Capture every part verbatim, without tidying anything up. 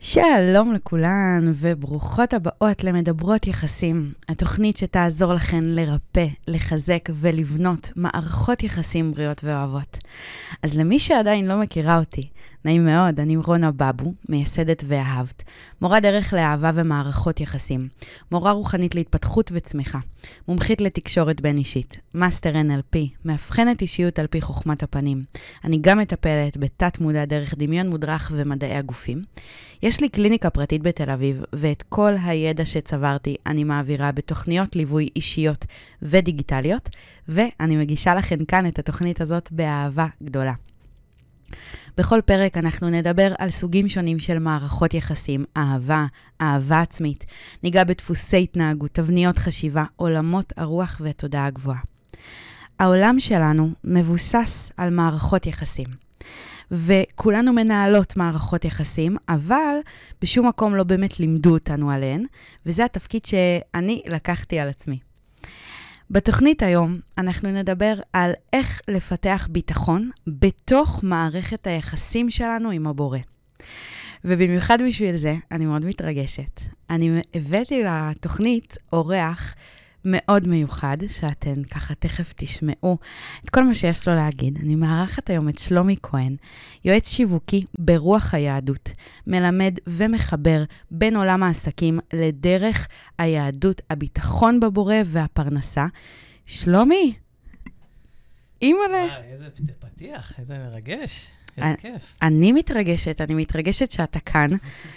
שלום לכולן וברוכות הבאות למדברות יחסים, התוכנית שתעזור לכן לרפא, לחזק ולבנות מערכות יחסים בריאות ואוהבות. אז למי שעדיין לא מכירה אותי, נעים מאוד, אני רונה בבו, מייסדת ואהבת, מורה דרך לאהבה ומערכות יחסים, מורה רוחנית להתפתחות וצמיחה, מומחית לתקשורת בין אישית, מאסטר אן אל פי, מאבחנת אישיות על פי חוכמת הפנים. אני גם מטפלת בתת מודע דרך דמיון מודרך ומדעי הגופים. יש לי קליניקה פרטית בתל אביב, ואת כל הידע שצברתי אני מעבירה בתוכניות ליווי אישיות ודיגיטליות, ואני מגישה לכם כאן את התוכנית הזאת באהבה גדולה. בכל פרק אנחנו נדבר על סוגים שונים של מערכות יחסים, אהבה, אהבה עצמית, ניגע בדפוסי התנהגות, תבניות חשיבה, עולמות הרוח והתודעה הגבוהה. העולם שלנו מבוסס על מערכות יחסים. וכולנו מנהלות מערכות יחסים, אבל בשום מקום לא באמת לימדו אותנו עליהן, וזה התפקיד שאני לקחתי על עצמי. בתוכנית היום אנחנו נדבר על איך לפתח ביטחון בתוך מערכת היחסים שלנו עם הבורא. ובמיוחד בשביל זה אני מאוד מתרגשת. אני הבאתי לתוכנית אורח מאוד מיוחד, שאתן ככה תכף תשמעו את כל מה שיש לו להגיד. אני מארחת היום את שלומי כהן, יועץ שיווקי ברוח היהדות, מלמד ומחבר בין עולם העסקים לדרך היהדות, הביטחון בבורא והפרנסה. שלומי, אימא'לה. וואי, איזה פתיח, איזה מרגש, איזה כיף. אני מתרגשת, אני מתרגשת שאתה כאן.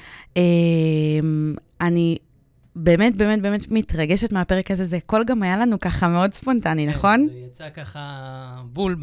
אני באמת, באמת, באמת מתרגשת מהפרק הזה, זה הכל גם היה לנו ככה מאוד ספונטני, נכון? זה יצא ככה בול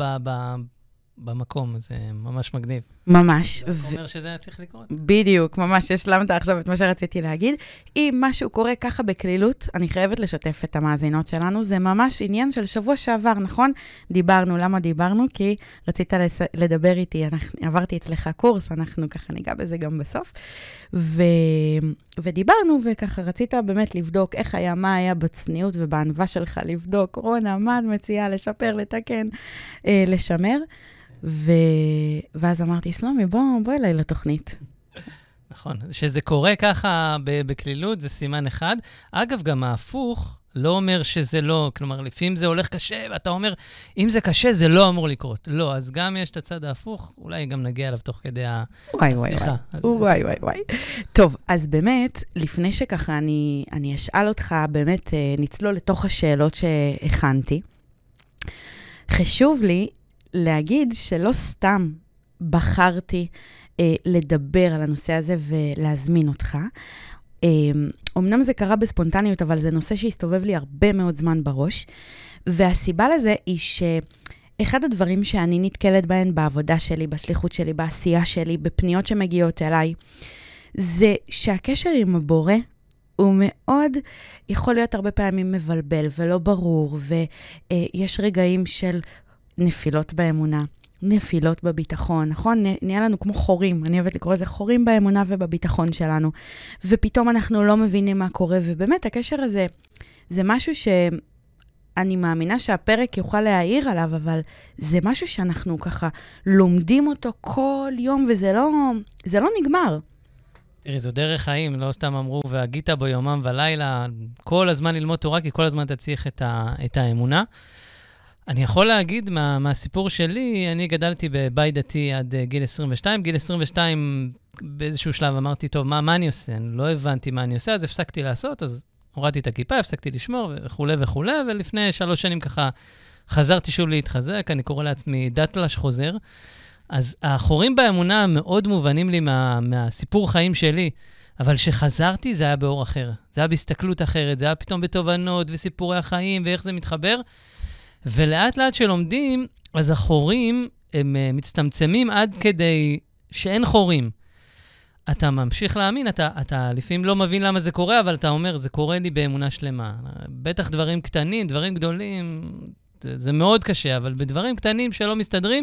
במקום, זה ממש מגניב. ממש. זה אומר שזה היה צריך לקרות. בדיוק, ממש, השלמת עכשיו את מה שרציתי להגיד. אם משהו קורה ככה בכלילות, אני חייבת לשתף את המאזינות שלנו, זה ממש עניין של שבוע שעבר, נכון? דיברנו, למה דיברנו? כי רצית לדבר איתי, עברתי אצלך קורס, אנחנו ככה ניגע בזה גם בסוף. ו... ודיברנו, וככה רצית באמת לבדוק איך היה, מה היה בצניעות ובענווה שלך לבדוק, רונה, מה את מציעה, לשפר, לתקן, אה, לשמר. ו... ואז אמרתי, שלומי, בוא, בוא אליי לתוכנית. נכון, שזה קורה ככה בכלילות, זה סימן אחד. אגב, גם ההפוך לא אומר שזה לא, כלומר, לפעמים זה הולך קשה, ואתה אומר, אם זה קשה, זה לא אמור לקרות. לא, אז גם יש את הצד ההפוך, אולי גם נגיע אליו תוך כדי וואי, השיחה. וואי, וואי, וואי, וואי. טוב, אז באמת, לפני שככה אני, אני אשאל אותך, באמת נצלול לתוך השאלות שהכנתי. חשוב לי להגיד שלא סתם בחרתי אה, לדבר על הנושא הזה ולהזמין אותך. אה, אמנם זה קרה בספונטניות, אבל זה נושא שהסתובב לי הרבה מאוד זמן בראש. והסיבה לזה היא שאחד הדברים שאני נתקלת בהן בעבודה שלי, בשליחות שלי, בעשייה שלי, בפניות שמגיעות אליי, זה שהקשר עם הבורא הוא מאוד יכול להיות הרבה פעמים מבלבל ולא ברור, ויש רגעים של נפילות באמונה, נפילות בביטחון, נכון? נהיה לנו כמו חורים, אני אוהבת לקרוא לזה חורים באמונה ובביטחון שלנו, ופתאום אנחנו לא מבינים מה קורה, ובאמת הקשר הזה, זה משהו שאני מאמינה שהפרק יוכל להעיר עליו, אבל זה משהו שאנחנו ככה לומדים אותו כל יום, וזה לא, זה לא נגמר. תראי, זו דרך חיים, לא סתם אמרו, והגית בו יומם ולילה, כל הזמן ללמוד תורה, כי כל הזמן תצליח את, ה, את האמונה. אני יכול להגיד מה, מהסיפור שלי, אני גדלתי בבית דתי עד גיל עשרים ושתיים, גיל עשרים ושתיים באיזשהו שלב אמרתי, טוב, מה, מה אני עושה? אני לא הבנתי מה אני עושה, אז הפסקתי לעשות, אז הורדתי את הכיפה, הפסקתי לשמור וכו' וכו', ולפני שלוש שנים ככה חזרתי שוב להתחזק, אני קורא לעצמי דתל"ש חוזר, אז החורים באמונה מאוד מובנים לי מה, מהסיפור חיים שלי, אבל שחזרתי זה היה באור אחר, זה היה בהסתכלות אחרת, זה היה פתאום בתובנות וסיפורי החיים ואיך זה מתחבר, ולאט לאט שלומדים, אז החורים הם uh, מצטמצמים עד כדי שאין חורים. אתה ממשיך להאמין, אתה, אתה לפעמים לא מבין למה זה קורה, אבל אתה אומר, זה קורה לי באמונה שלמה. בטח דברים קטנים, דברים גדולים, זה, זה מאוד קשה, אבל בדברים קטנים שלא מסתדרים,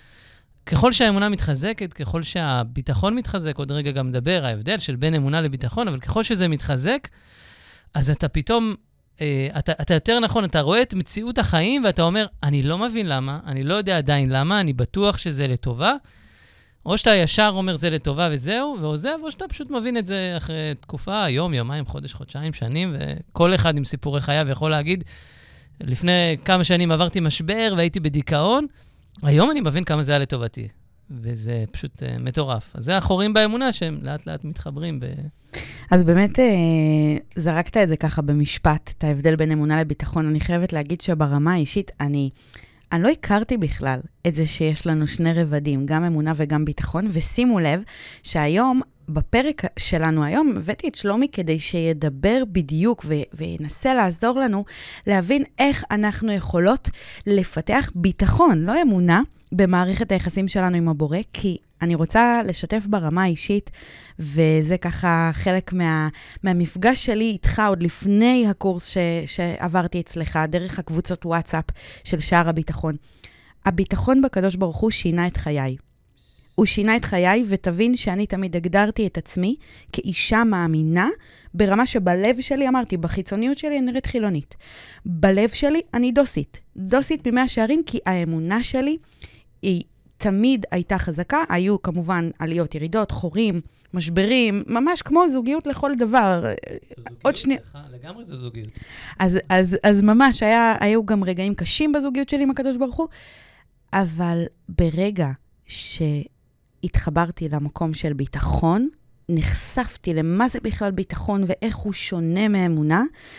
ככל שהאמונה מתחזקת, ככל שהביטחון מתחזק, עוד רגע גם מדבר, ההבדל של בין אמונה לביטחון, אבל ככל שזה מתחזק, אז אתה פתאום אתה, אתה יותר נכון, אתה רואה את מציאות החיים, ואתה אומר, אני לא מבין למה, אני לא יודע עדיין למה, אני בטוח שזה לטובה. או שאתה ישר אומר זה לטובה וזהו, ועוזב, או שאתה פשוט מבין את זה אחרי תקופה, יום, יומיים, חודש, חודשיים, שנים, וכל אחד עם סיפורי חייו יכול להגיד, לפני כמה שנים עברתי משבר והייתי בדיכאון, היום אני מבין כמה זה היה לטובתי. וזה פשוט uh, מטורף. אז זה החורים באמונה שהם לאט לאט מתחברים. ב... אז באמת uh, זרקת את זה ככה במשפט, את ההבדל בין אמונה לביטחון. אני חייבת להגיד שברמה האישית, אני, אני לא הכרתי בכלל את זה שיש לנו שני רבדים, גם אמונה וגם ביטחון, ושימו לב שהיום, בפרק שלנו היום, הבאתי את שלומי כדי שידבר בדיוק ו- וינסה לעזור לנו להבין איך אנחנו יכולות לפתח ביטחון, לא אמונה, במערכת היחסים שלנו עם הבורא, כי אני רוצה לשתף ברמה האישית, וזה ככה חלק מה, מהמפגש שלי איתך עוד לפני הקורס ש, שעברתי אצלך, דרך הקבוצות וואטסאפ של שער הביטחון. הביטחון בקדוש ברוך הוא שינה את חיי. הוא שינה את חיי, ותבין שאני תמיד הגדרתי את עצמי כאישה מאמינה, ברמה שבלב שלי, אמרתי, בחיצוניות שלי אני נראית חילונית. בלב שלי אני דוסית. דוסית במאה שערים, כי האמונה שלי היא תמיד הייתה חזקה. היו כמובן עליות, ירידות, חורים, משברים, ממש כמו זוגיות לכל דבר. עוד שנייה. לגמרי זו זוגיות. אז, אז, אז ממש היה, היו גם רגעים קשים בזוגיות שלי עם הקדוש ברוך הוא, אבל ברגע ש... התחברתי למקום של ביטחון, נחשפתי למה זה בכלל ביטחון ואיך הוא שונה מאמונה,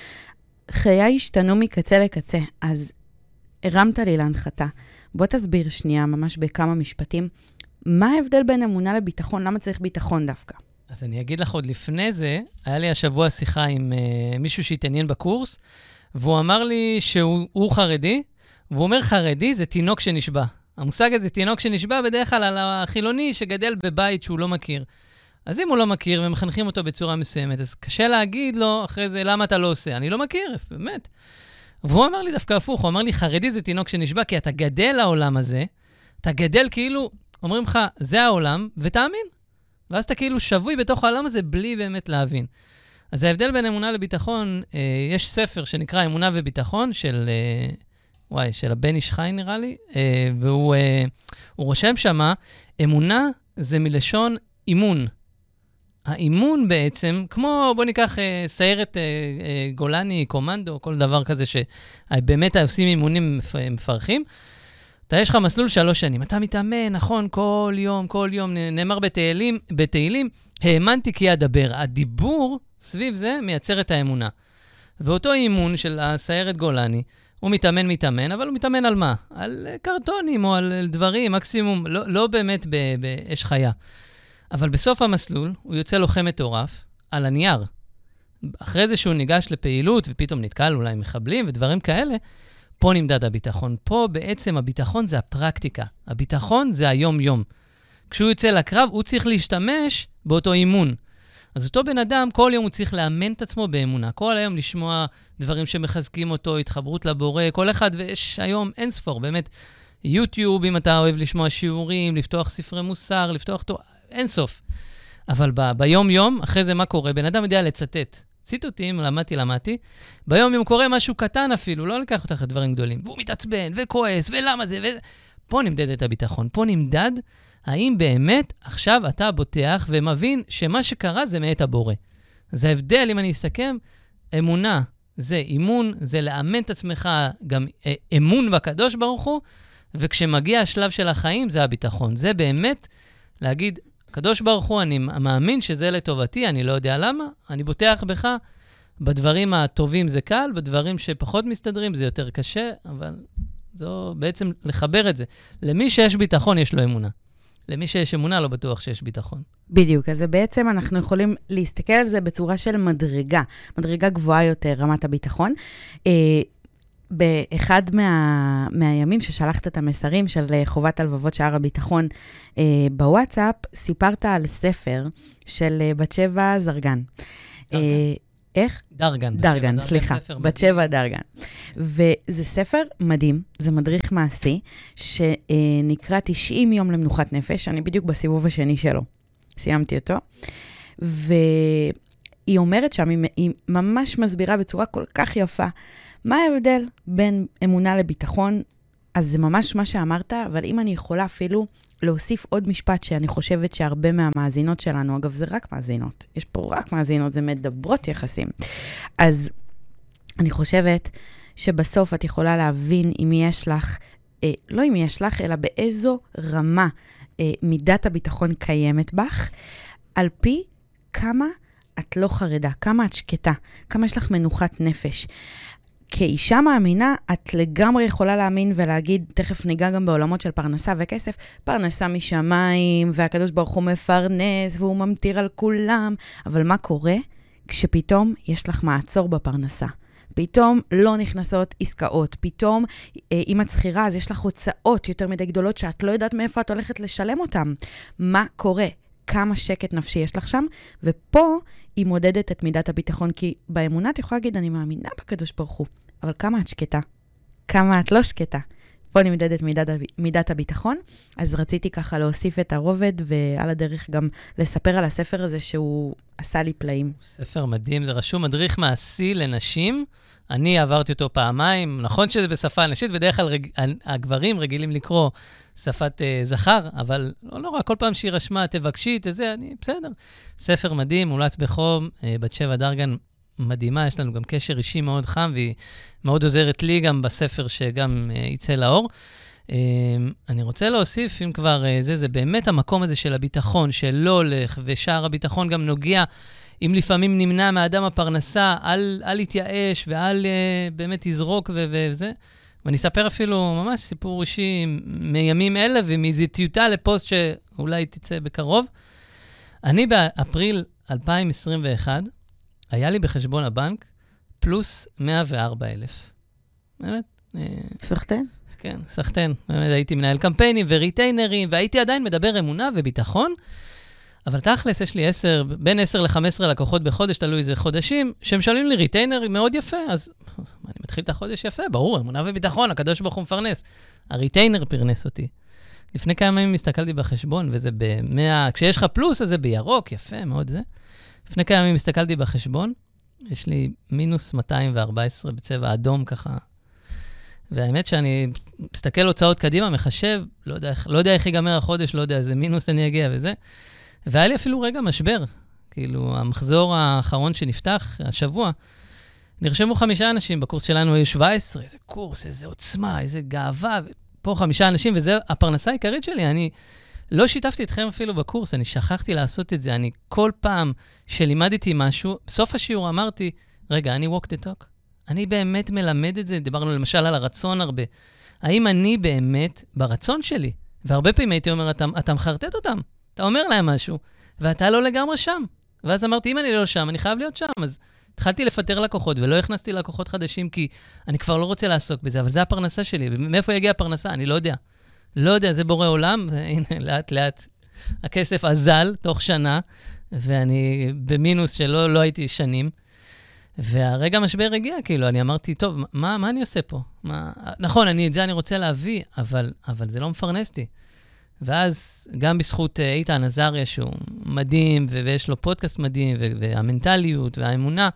חיי השתנו מקצה לקצה, אז הרמת לי להנחתה. בוא תסביר שנייה, ממש בכמה משפטים, מה ההבדל בין אמונה לביטחון? למה צריך ביטחון דווקא? אז אני אגיד לך עוד לפני זה, היה לי השבוע שיחה עם uh, מישהו שהתעניין בקורס, והוא אמר לי שהוא חרדי, והוא אומר חרדי זה תינוק שנשבע. המושג הזה, תינוק שנשבע בדרך כלל על החילוני שגדל בבית שהוא לא מכיר. אז אם הוא לא מכיר ומחנכים אותו בצורה מסוימת, אז קשה להגיד לו אחרי זה, למה אתה לא עושה? אני לא מכיר, באמת. והוא אמר לי דווקא הפוך, הוא אמר לי, חרדי זה תינוק שנשבע, כי אתה גדל לעולם הזה, אתה גדל כאילו, אומרים לך, זה העולם, ותאמין. ואז אתה כאילו שבוי בתוך העולם הזה בלי באמת להבין. אז ההבדל בין אמונה לביטחון, אה, יש ספר שנקרא אמונה וביטחון של... אה, וואי, של הבן איש חי נראה לי, אה, והוא אה, הוא רושם שמה, אמונה זה מלשון אימון. האימון בעצם, כמו בוא ניקח אה, סיירת אה, אה, גולני, קומנדו, כל דבר כזה שבאמת עושים אימונים מפרכים, אתה יש לך מסלול שלוש שנים, אתה מתאמן, נכון, כל יום, כל יום, נאמר בתהילים, בתהילים, האמנתי כי אדבר. הדיבור סביב זה מייצר את האמונה. ואותו אימון של הסיירת גולני, הוא מתאמן, מתאמן, אבל הוא מתאמן על מה? על קרטונים או על דברים, מקסימום, לא, לא באמת באש חיה. אבל בסוף המסלול, הוא יוצא לוחם מטורף על הנייר. אחרי זה שהוא ניגש לפעילות, ופתאום נתקל אולי מחבלים ודברים כאלה, פה נמדד הביטחון. פה בעצם הביטחון זה הפרקטיקה. הביטחון זה היום-יום. כשהוא יוצא לקרב, הוא צריך להשתמש באותו אימון. אז אותו בן אדם, כל יום הוא צריך לאמן את עצמו באמונה. כל היום לשמוע דברים שמחזקים אותו, התחברות לבורא, כל אחד, ויש היום אין ספור, באמת, יוטיוב, אם אתה אוהב לשמוע שיעורים, לפתוח ספרי מוסר, לפתוח תור, אין סוף. אבל ב- ביום-יום, אחרי זה מה קורה? בן אדם יודע לצטט. ציטוטים, למדתי, למדתי. ביום-יום קורה משהו קטן אפילו, לא לקח אותך דברים גדולים. והוא מתעצבן וכועס, ולמה זה? ו... פה נמדד את הביטחון. פה נמדד האם באמת עכשיו אתה בוטח ומבין שמה שקרה זה מאת הבורא. זה ההבדל, אם אני אסכם, אמונה זה אימון, זה לאמן את עצמך גם אמון בקדוש ברוך הוא, וכשמגיע השלב של החיים זה הביטחון. זה באמת להגיד, הקדוש ברוך הוא, אני מאמין שזה לטובתי, אני לא יודע למה, אני בוטח בך, בדברים הטובים זה קל, בדברים שפחות מסתדרים זה יותר קשה, אבל זו בעצם לחבר את זה. למי שיש ביטחון יש לו אמונה. למי שיש אמונה לא בטוח שיש ביטחון. בדיוק, אז בעצם אנחנו יכולים להסתכל על זה בצורה של מדרגה, מדרגה גבוהה יותר, רמת הביטחון. אה, באחד מה, מהימים ששלחת את המסרים של חובת הלבבות שער הביטחון אה, בוואטסאפ, סיפרת על ספר של אה, בת שבע זרגן. אה, איך? דרגן. דרגן, סליחה. בת שבע דרגן. וזה ספר מדהים, זה מדריך מעשי, שנקרא תשעים יום למנוחת נפש, אני בדיוק בסיבוב השני שלו. סיימתי אותו. והיא אומרת שם, היא ממש מסבירה בצורה כל כך יפה, מה ההבדל בין אמונה לביטחון? אז זה ממש מה שאמרת, אבל אם אני יכולה אפילו להוסיף עוד משפט שאני חושבת שהרבה מהמאזינות שלנו, אגב, זה רק מאזינות, יש פה רק מאזינות, זה מדברות יחסים. אז אני חושבת שבסוף את יכולה להבין אם יש לך, אה, לא אם יש לך, אלא באיזו רמה אה, מידת הביטחון קיימת בך, על פי כמה את לא חרדה, כמה את שקטה, כמה יש לך מנוחת נפש. כאישה מאמינה, את לגמרי יכולה להאמין ולהגיד, תכף ניגע גם בעולמות של פרנסה וכסף, פרנסה משמיים, והקדוש ברוך הוא מפרנס, והוא ממטיר על כולם. אבל מה קורה כשפתאום יש לך מעצור בפרנסה? פתאום לא נכנסות עסקאות, פתאום אם את שכירה, אז יש לך הוצאות יותר מדי גדולות, שאת לא יודעת מאיפה את הולכת לשלם אותם. מה קורה? כמה שקט נפשי יש לך שם? ופה היא מודדת את מידת הביטחון, כי באמונה את יכולה להגיד, אני מאמינה בקדוש ברוך הוא, אבל כמה את שקטה? כמה את לא שקטה? פה אני מודדת מידת, מידת הביטחון, אז רציתי ככה להוסיף את הרובד, ועל הדרך גם לספר על הספר הזה שהוא עשה לי פלאים. ספר מדהים, זה רשום מדריך מעשי לנשים, אני עברתי אותו פעמיים, נכון שזה בשפה נשית, בדרך כלל רג... הגברים רגילים לקרוא שפת uh, זכר, אבל לא נורא, כל פעם שהיא רשמה, תבקשי, תזה, אני בסדר. ספר מדהים, מולץ בחום, uh, בת שבע דרגן מדהימה, יש לנו גם קשר אישי מאוד חם, והיא מאוד עוזרת לי גם בספר שגם uh, יצא לאור. Uh, אני רוצה להוסיף, אם כבר uh, זה, זה באמת המקום הזה של הביטחון, שלא הולך, ושער הביטחון גם נוגע, אם לפעמים נמנע מאדם הפרנסה, אל, אל יתייאש ואל uh, באמת יזרוק ו- וזה. ואני אספר אפילו ממש סיפור אישי מימים אלה, ומאיזו טיוטה לפוסט שאולי תצא בקרוב. אני באפריל אלפיים עשרים ואחת, היה לי בחשבון הבנק פלוס מאה וארבעה אלף. באמת? סחטן? כן, סחטן. באמת הייתי מנהל קמפיינים וריטיינרים, והייתי עדיין מדבר אמונה וביטחון, אבל תכלס, יש לי עשר, בין עשר ל-חמש עשרה לקוחות בחודש, תלוי איזה חודשים, שמשלמים לי ריטיינר מאוד יפה, אז אני מתחיל את החודש יפה, ברור, אמונה וביטחון, הקדוש ברוך הוא מפרנס. הריטיינר פרנס אותי. לפני כמה ימים הסתכלתי בחשבון, וזה ב-מאה, כשיש לך פלוס, אז זה בירוק, יפה, מאוד זה. לפני כמה ימים הסתכלתי בחשבון, יש לי מינוס מאתיים וארבע עשרה בצבע אדום ככה, והאמת שאני מסתכל הוצאות קדימה, מחשב, לא יודע, לא יודע איך ייגמר החודש, לא יודע, איזה מינוס אני אגיע וזה. והיה לי אפילו רגע משבר, כאילו, המחזור האחרון שנפתח, השבוע, נרשמו חמישה אנשים, בקורס שלנו היו שבע עשרה, איזה קורס, איזה עוצמה, איזה גאווה, פה חמישה אנשים, וזה הפרנסה העיקרית שלי, אני לא שיתפתי אתכם אפילו בקורס, אני שכחתי לעשות את זה, אני כל פעם שלימדתי משהו, בסוף השיעור אמרתי, רגע, אני walk the talk, אני באמת מלמד את זה, דיברנו למשל על הרצון הרבה, האם אני באמת ברצון שלי, והרבה פעמים הייתי אומר, אתה, אתה מחרטט אותם, אתה אומר להם משהו, ואתה לא לגמרי שם. ואז אמרתי, אם אני לא שם, אני חייב להיות שם. אז התחלתי לפטר לקוחות, ולא הכנסתי לקוחות חדשים, כי אני כבר לא רוצה לעסוק בזה, אבל זה הפרנסה שלי. ומאיפה יגיע הפרנסה? אני לא יודע. לא יודע, זה בורא עולם, והנה, לאט לאט הכסף אזל תוך שנה, ואני במינוס שלא לא הייתי שנים. והרגע המשבר הגיע, כאילו, אני אמרתי, טוב, מה, מה אני עושה פה? מה... נכון, אני, את זה אני רוצה להביא, אבל, אבל זה לא מפרנסתי. ואז גם בזכות איתן עזריה, שהוא מדהים, ויש לו פודקאסט מדהים, והמנטליות והאמונה,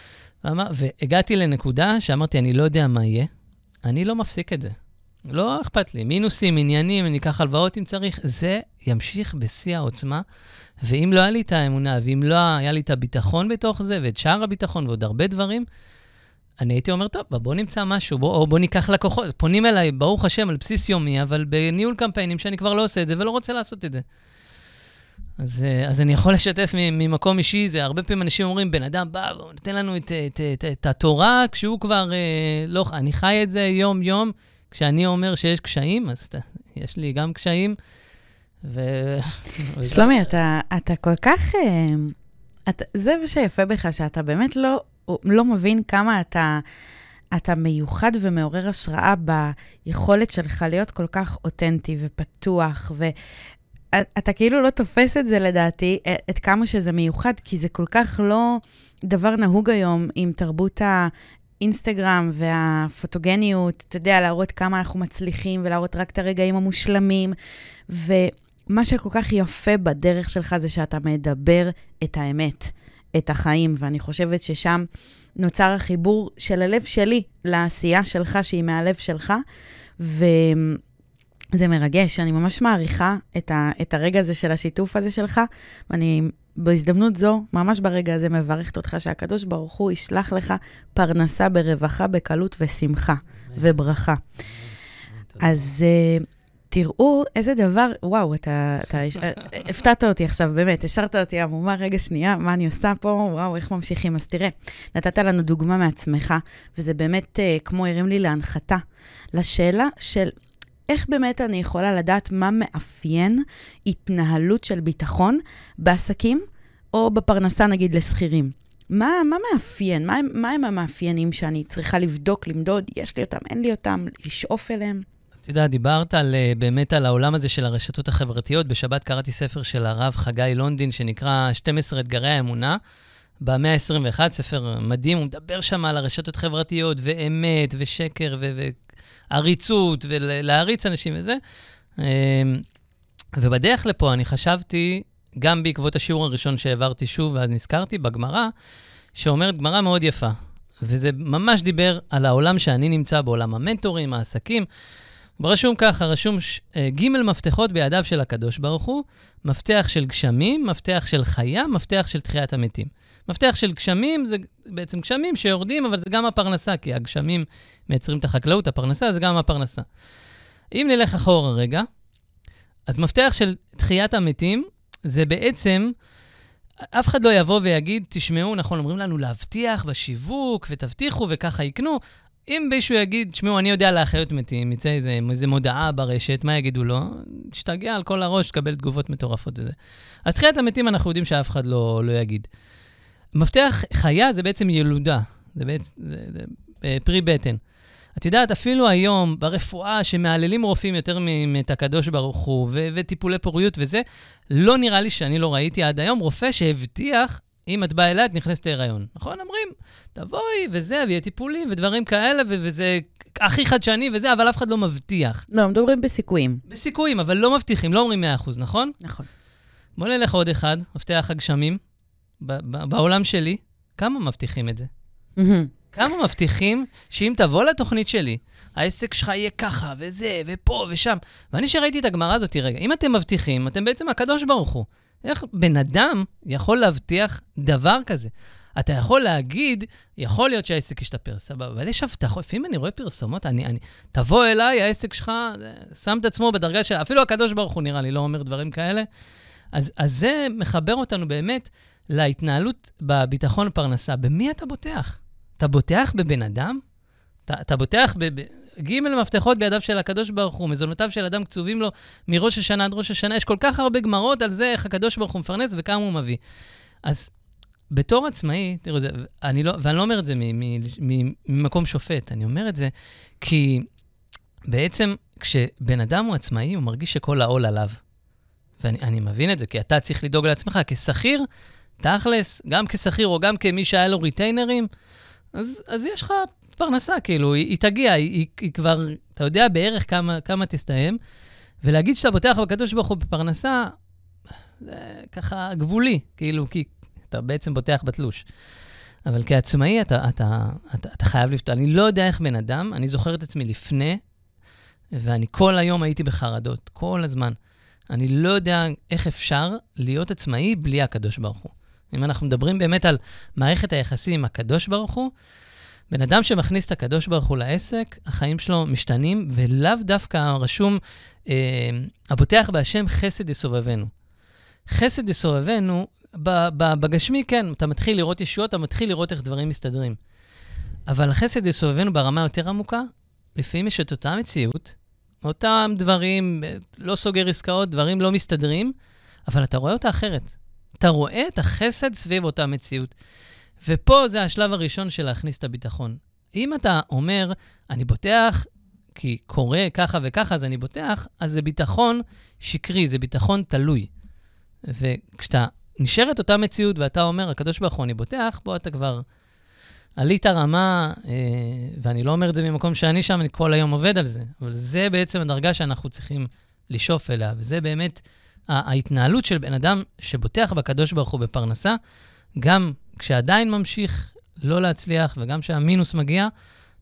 והגעתי לנקודה שאמרתי, אני לא יודע מה יהיה, אני לא מפסיק את זה. לא אכפת לי, מינוסים, עניינים, אני אקח הלוואות אם צריך, זה ימשיך בשיא העוצמה, ואם לא היה לי את האמונה, ואם לא היה לי את הביטחון בתוך זה, ואת שאר הביטחון ועוד הרבה דברים, אני הייתי אומר, טוב, בוא נמצא משהו, בוא, או בוא ניקח לקוחות, פונים אליי, ברוך השם, על בסיס יומי, אבל בניהול קמפיינים שאני כבר לא עושה את זה, ולא רוצה לעשות את זה. אז, אז אני יכול לשתף ממקום אישי, זה הרבה פעמים אנשים אומרים, בן אדם בא, הוא נותן לנו את, את, את, את התורה, כשהוא כבר, לא, אני חי את זה יום-יום, כשאני אומר שיש קשיים, אז יש לי גם קשיים. ו... שלומי, אתה, אתה כל כך, אתה, זה שיפה בך, שאתה באמת לא, לא מבין כמה אתה, אתה מיוחד ומעורר השראה ביכולת שלך להיות כל כך אותנטי ופתוח, ואתה כאילו לא תופס את זה לדעתי, את כמה שזה מיוחד, כי זה כל כך לא דבר נהוג היום עם תרבות האינסטגרם והפוטוגניות, אתה יודע, להראות כמה אנחנו מצליחים ולהראות רק את הרגעים המושלמים, ומה שכל כך יפה בדרך שלך זה שאתה מדבר את האמת. את החיים, ואני חושבת ששם נוצר החיבור של הלב שלי לעשייה שלך, שהיא מהלב שלך, וזה מרגש, אני ממש מעריכה את, ה, את הרגע הזה של השיתוף הזה שלך, ואני בהזדמנות זו, ממש ברגע הזה מברכת אותך שהקדוש ברוך הוא ישלח לך פרנסה ברווחה, בקלות ושמחה וברכה. אז uh, תראו איזה דבר, וואו, אתה, אתה הפתעת אותי עכשיו, באמת, השארת אותי עמומה, רגע שנייה, מה אני עושה פה, וואו, איך ממשיכים. אז תראה, נתת לנו דוגמה מעצמך, וזה באמת uh, כמו הרים לי להנחתה, לשאלה של איך באמת אני יכולה לדעת מה מאפיין התנהלות של ביטחון בעסקים, או בפרנסה נגיד לסחירים. מה, מה מאפיין? מה, מה הם המאפיינים שאני צריכה לבדוק, למדוד, יש לי אותם, אין לי אותם, לשאוף אליהם? אז אתה יודע, דיברת על, באמת על העולם הזה של הרשתות החברתיות. בשבת קראתי ספר של הרב חגי לונדין, שנקרא שנים עשר אתגרי האמונה, במאה ה-עשרים ואחת, ספר מדהים, הוא מדבר שם על הרשתות חברתיות, ואמת, ושקר, ועריצות, ולהריץ אנשים וזה. ובדרך לפה אני חשבתי, גם בעקבות השיעור הראשון שהעברתי שוב, ואז נזכרתי בגמרא, שאומרת גמרא מאוד יפה. וזה ממש דיבר על העולם שאני נמצא בעולם המנטורים, העסקים. ברשום ככה, רשום ג' מפתחות בידיו של הקדוש ברוך הוא, מפתח של גשמים, מפתח של חיה, מפתח של תחיית המתים. מפתח של גשמים זה בעצם גשמים שיורדים, אבל זה גם הפרנסה, כי הגשמים מייצרים את החקלאות, הפרנסה זה גם הפרנסה. אם נלך אחורה רגע, אז מפתח של תחיית המתים, זה בעצם, אף אחד לא יבוא ויגיד, תשמעו, נכון, אומרים לנו להבטיח בשיווק, ותבטיחו וככה יקנו. אם מישהו יגיד, תשמעו, אני יודע להחיות מתים, יצא איזה, איזה מודעה ברשת, מה יגידו לו? תשתגע על כל הראש, תקבל תגובות מטורפות וזה. אז תחיית המתים אנחנו יודעים שאף אחד לא, לא יגיד. מפתח חיה זה בעצם ילודה, זה בעצם זה, זה, פרי בטן. את יודעת, אפילו היום ברפואה שמעללים רופאים יותר מאת הקדוש ברוך הוא, ו- וטיפולי פוריות וזה, לא נראה לי שאני לא ראיתי עד היום רופא שהבטיח, אם את באה אליה, את נכנסת להיריון. נכון? אומרים, תבואי וזה, ויהיה טיפולים ודברים כאלה, ו- וזה הכי חדשני וזה, אבל אף אחד לא מבטיח. לא, מדברים בסיכויים. בסיכויים, אבל לא מבטיחים, לא אומרים מאה אחוז, נכון? נכון. בוא נלך עוד אחד, מפתח הגשמים, ב- ב- בעולם שלי, כמה מבטיחים את זה? כמה מבטיחים שאם תבוא לתוכנית שלי, העסק שלך יהיה ככה, וזה, ופה, ושם. ואני שראיתי את הגמרא הזאת, רגע, אם אתם מבטיחים, אתם בעצם הקדוש ברוך הוא. איך בן אדם יכול להבטיח דבר כזה? אתה יכול להגיד, יכול להיות שהעסק ישתפר, סבבה, אבל יש הבטחות, לפעמים אני רואה פרסומות, אני, אני, תבוא אליי, העסק שלך, שם את עצמו בדרגה של, אפילו הקדוש ברוך הוא נראה לי, לא אומר דברים כאלה. אז, אז זה מחבר אותנו באמת להתנהלות בביטחון פרנסה. במי אתה בוטח? אתה בוטח בבן אדם? אתה, אתה בוטח בג' מפתחות בידיו של הקדוש ברוך הוא, מזונותיו של אדם קצובים לו מראש השנה עד ראש השנה. יש כל כך הרבה גמרות על זה איך הקדוש ברוך הוא מפרנס וכמה הוא מביא. אז בתור עצמאי, תראו, זה, אני לא, ואני לא אומר את זה ממקום שופט, אני אומר את זה כי בעצם כשבן אדם הוא עצמאי, הוא מרגיש שכל העול עליו. ואני אני מבין את זה, כי אתה צריך לדאוג לעצמך. כשכיר, תכלס, גם כשכיר או גם כמי שהיה לו ריטיינרים, אז, אז יש לך פרנסה, כאילו, היא, היא תגיע, היא, היא, היא כבר, אתה יודע בערך כמה, כמה תסתיים, ולהגיד שאתה בוטח בקדוש ברוך הוא בפרנסה, זה ככה גבולי, כאילו, כי אתה בעצם בוטח בתלוש. אבל כעצמאי, אתה, אתה, אתה, אתה חייב לפתור. אני לא יודע איך בן אדם, אני זוכר את עצמי לפני, ואני כל היום הייתי בחרדות, כל הזמן. אני לא יודע איך אפשר להיות עצמאי בלי הקדוש ברוך הוא. אם אנחנו מדברים באמת על מערכת היחסים עם הקדוש ברוך הוא, בן אדם שמכניס את הקדוש ברוך הוא לעסק, החיים שלו משתנים, ולאו דווקא רשום, אה, הבוטח בהשם חסד יסובבנו. חסד יסובבנו, בגשמי כן, אתה מתחיל לראות ישועות, אתה מתחיל לראות איך דברים מסתדרים. אבל החסד יסובבנו ברמה יותר עמוקה, לפעמים יש את אותה מציאות, אותם דברים, לא סוגר עסקאות, דברים לא מסתדרים, אבל אתה רואה אותה אחרת. אתה רואה את החסד סביב אותה מציאות. ופה זה השלב הראשון של להכניס את הביטחון. אם אתה אומר, אני בוטח, כי קורה ככה וככה, אז אני בוטח, אז זה ביטחון שקרי, זה ביטחון תלוי. וכשאתה נשאר את אותה מציאות ואתה אומר, הקדוש ברוך הוא, אני בוטח, בוא אתה כבר עלית רמה, ואני לא אומר את זה ממקום שאני שם, אני כל היום עובד על זה, אבל זה בעצם הדרגה שאנחנו צריכים לשאוף אליה, וזה באמת ההתנהלות של בן אדם שבוטח בקדוש ברוך הוא בפרנסה, גם כשעדיין ממשיך לא להצליח, וגם כשהמינוס מגיע,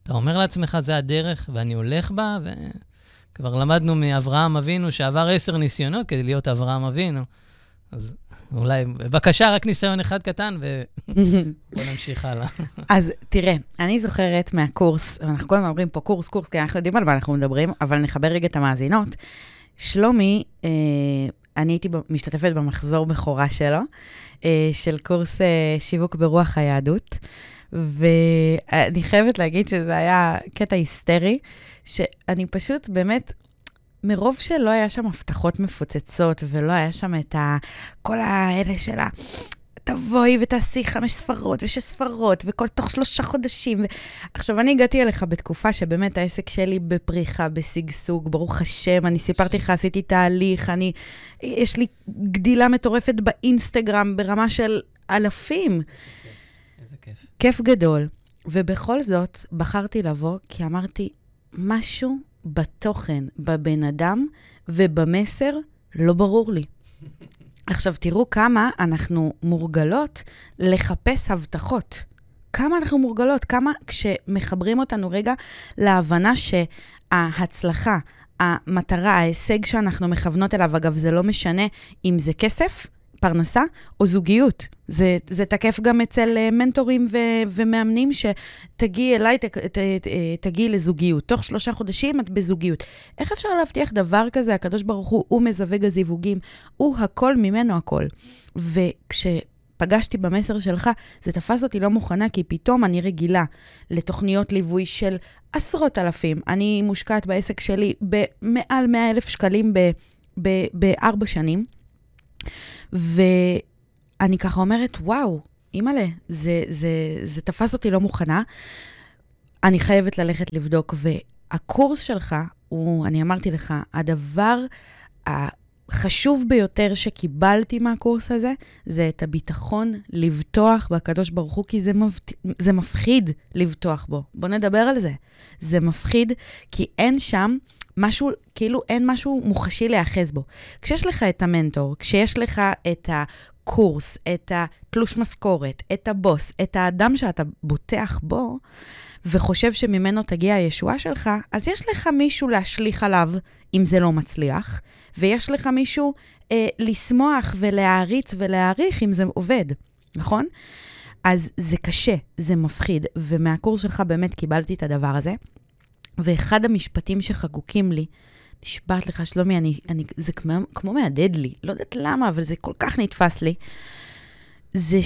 אתה אומר לעצמך, זה הדרך, ואני הולך בה, וכבר למדנו מאברהם אבינו, שעבר עשר ניסיונות כדי להיות אברהם אבינו. אז אולי, בבקשה, רק ניסיון אחד קטן, ובוא נמשיך הלאה. אז תראה, אני זוכרת מהקורס, ואנחנו כל הזמן אומרים פה קורס, קורס, כי אנחנו יודעים על מה אנחנו מדברים, אבל נחבר רגע את המאזינות. שלומי, אה, אני הייתי משתתפת במחזור בכורה שלו, אה, של קורס אה, שיווק ברוח היהדות, ואני חייבת להגיד שזה היה קטע היסטרי, שאני פשוט באמת, מרוב שלא היה שם הבטחות מפוצצות, ולא היה שם את ה, כל האלה שלה, תבואי ותעשי חמש ספרות ושש ספרות, וכל תוך שלושה חודשים. ו... עכשיו, אני הגעתי אליך בתקופה שבאמת העסק שלי בפריחה, בסגסוג, ברוך השם, אני סיפרתי לך, עשיתי תהליך, אני, יש לי גדילה מטורפת באינסטגרם, ברמה של אלפים. איזה כיף. כיף גדול. ובכל זאת, בחרתי לבוא, כי אמרתי, משהו בתוכן, בבן אדם ובמסר, לא ברור לי. עכשיו, תראו כמה אנחנו מורגלות לחפש הבטחות. כמה אנחנו מורגלות, כמה כשמחברים אותנו רגע להבנה שההצלחה, המטרה, ההישג שאנחנו מכוונות אליו, אגב, זה לא משנה אם זה כסף, פרנסה או זוגיות. זה, זה תקף גם אצל מנטורים ו, ומאמנים שתגיעי אליי, ת, ת, ת, תגיעי לזוגיות. תוך שלושה חודשים את בזוגיות. איך אפשר להבטיח דבר כזה? הקדוש ברוך הוא, הוא מזווג הזיווגים, הוא הכל ממנו הכל. וכשפגשתי במסר שלך, זה תפס אותי לא מוכנה, כי פתאום אני רגילה לתוכניות ליווי של עשרות אלפים. אני מושקעת בעסק שלי במעל מאה אלף שקלים ב, ב, בארבע שנים. ואני ככה אומרת, וואו, אימאלה, זה, זה, זה תפס אותי לא מוכנה. אני חייבת ללכת לבדוק, והקורס שלך, הוא, אני אמרתי לך, הדבר החשוב ביותר שקיבלתי מהקורס הזה, זה את הביטחון לבטוח בקדוש ברוך הוא, כי זה, מבט... זה מפחיד לבטוח בו. בוא נדבר על זה. זה מפחיד, כי אין שם משהו, כאילו אין משהו מוחשי להיאחז בו. כשיש לך את המנטור, כשיש לך את הקורס, את התלוש משכורת, את הבוס, את האדם שאתה בוטח בו, וחושב שממנו תגיע הישועה שלך, אז יש לך מישהו להשליך עליו אם זה לא מצליח, ויש לך מישהו אה, לשמוח ולהעריץ ולהעריך אם זה עובד, נכון? אז זה קשה, זה מפחיד, ומהקורס שלך באמת קיבלתי את הדבר הזה, ואחד המשפטים שחקוקים לי, נשבעת לך שלומי, אני, אני, זה כמו, כמו מהדד לי, לא יודעת למה, אבל זה כל כך נתפס לי, זה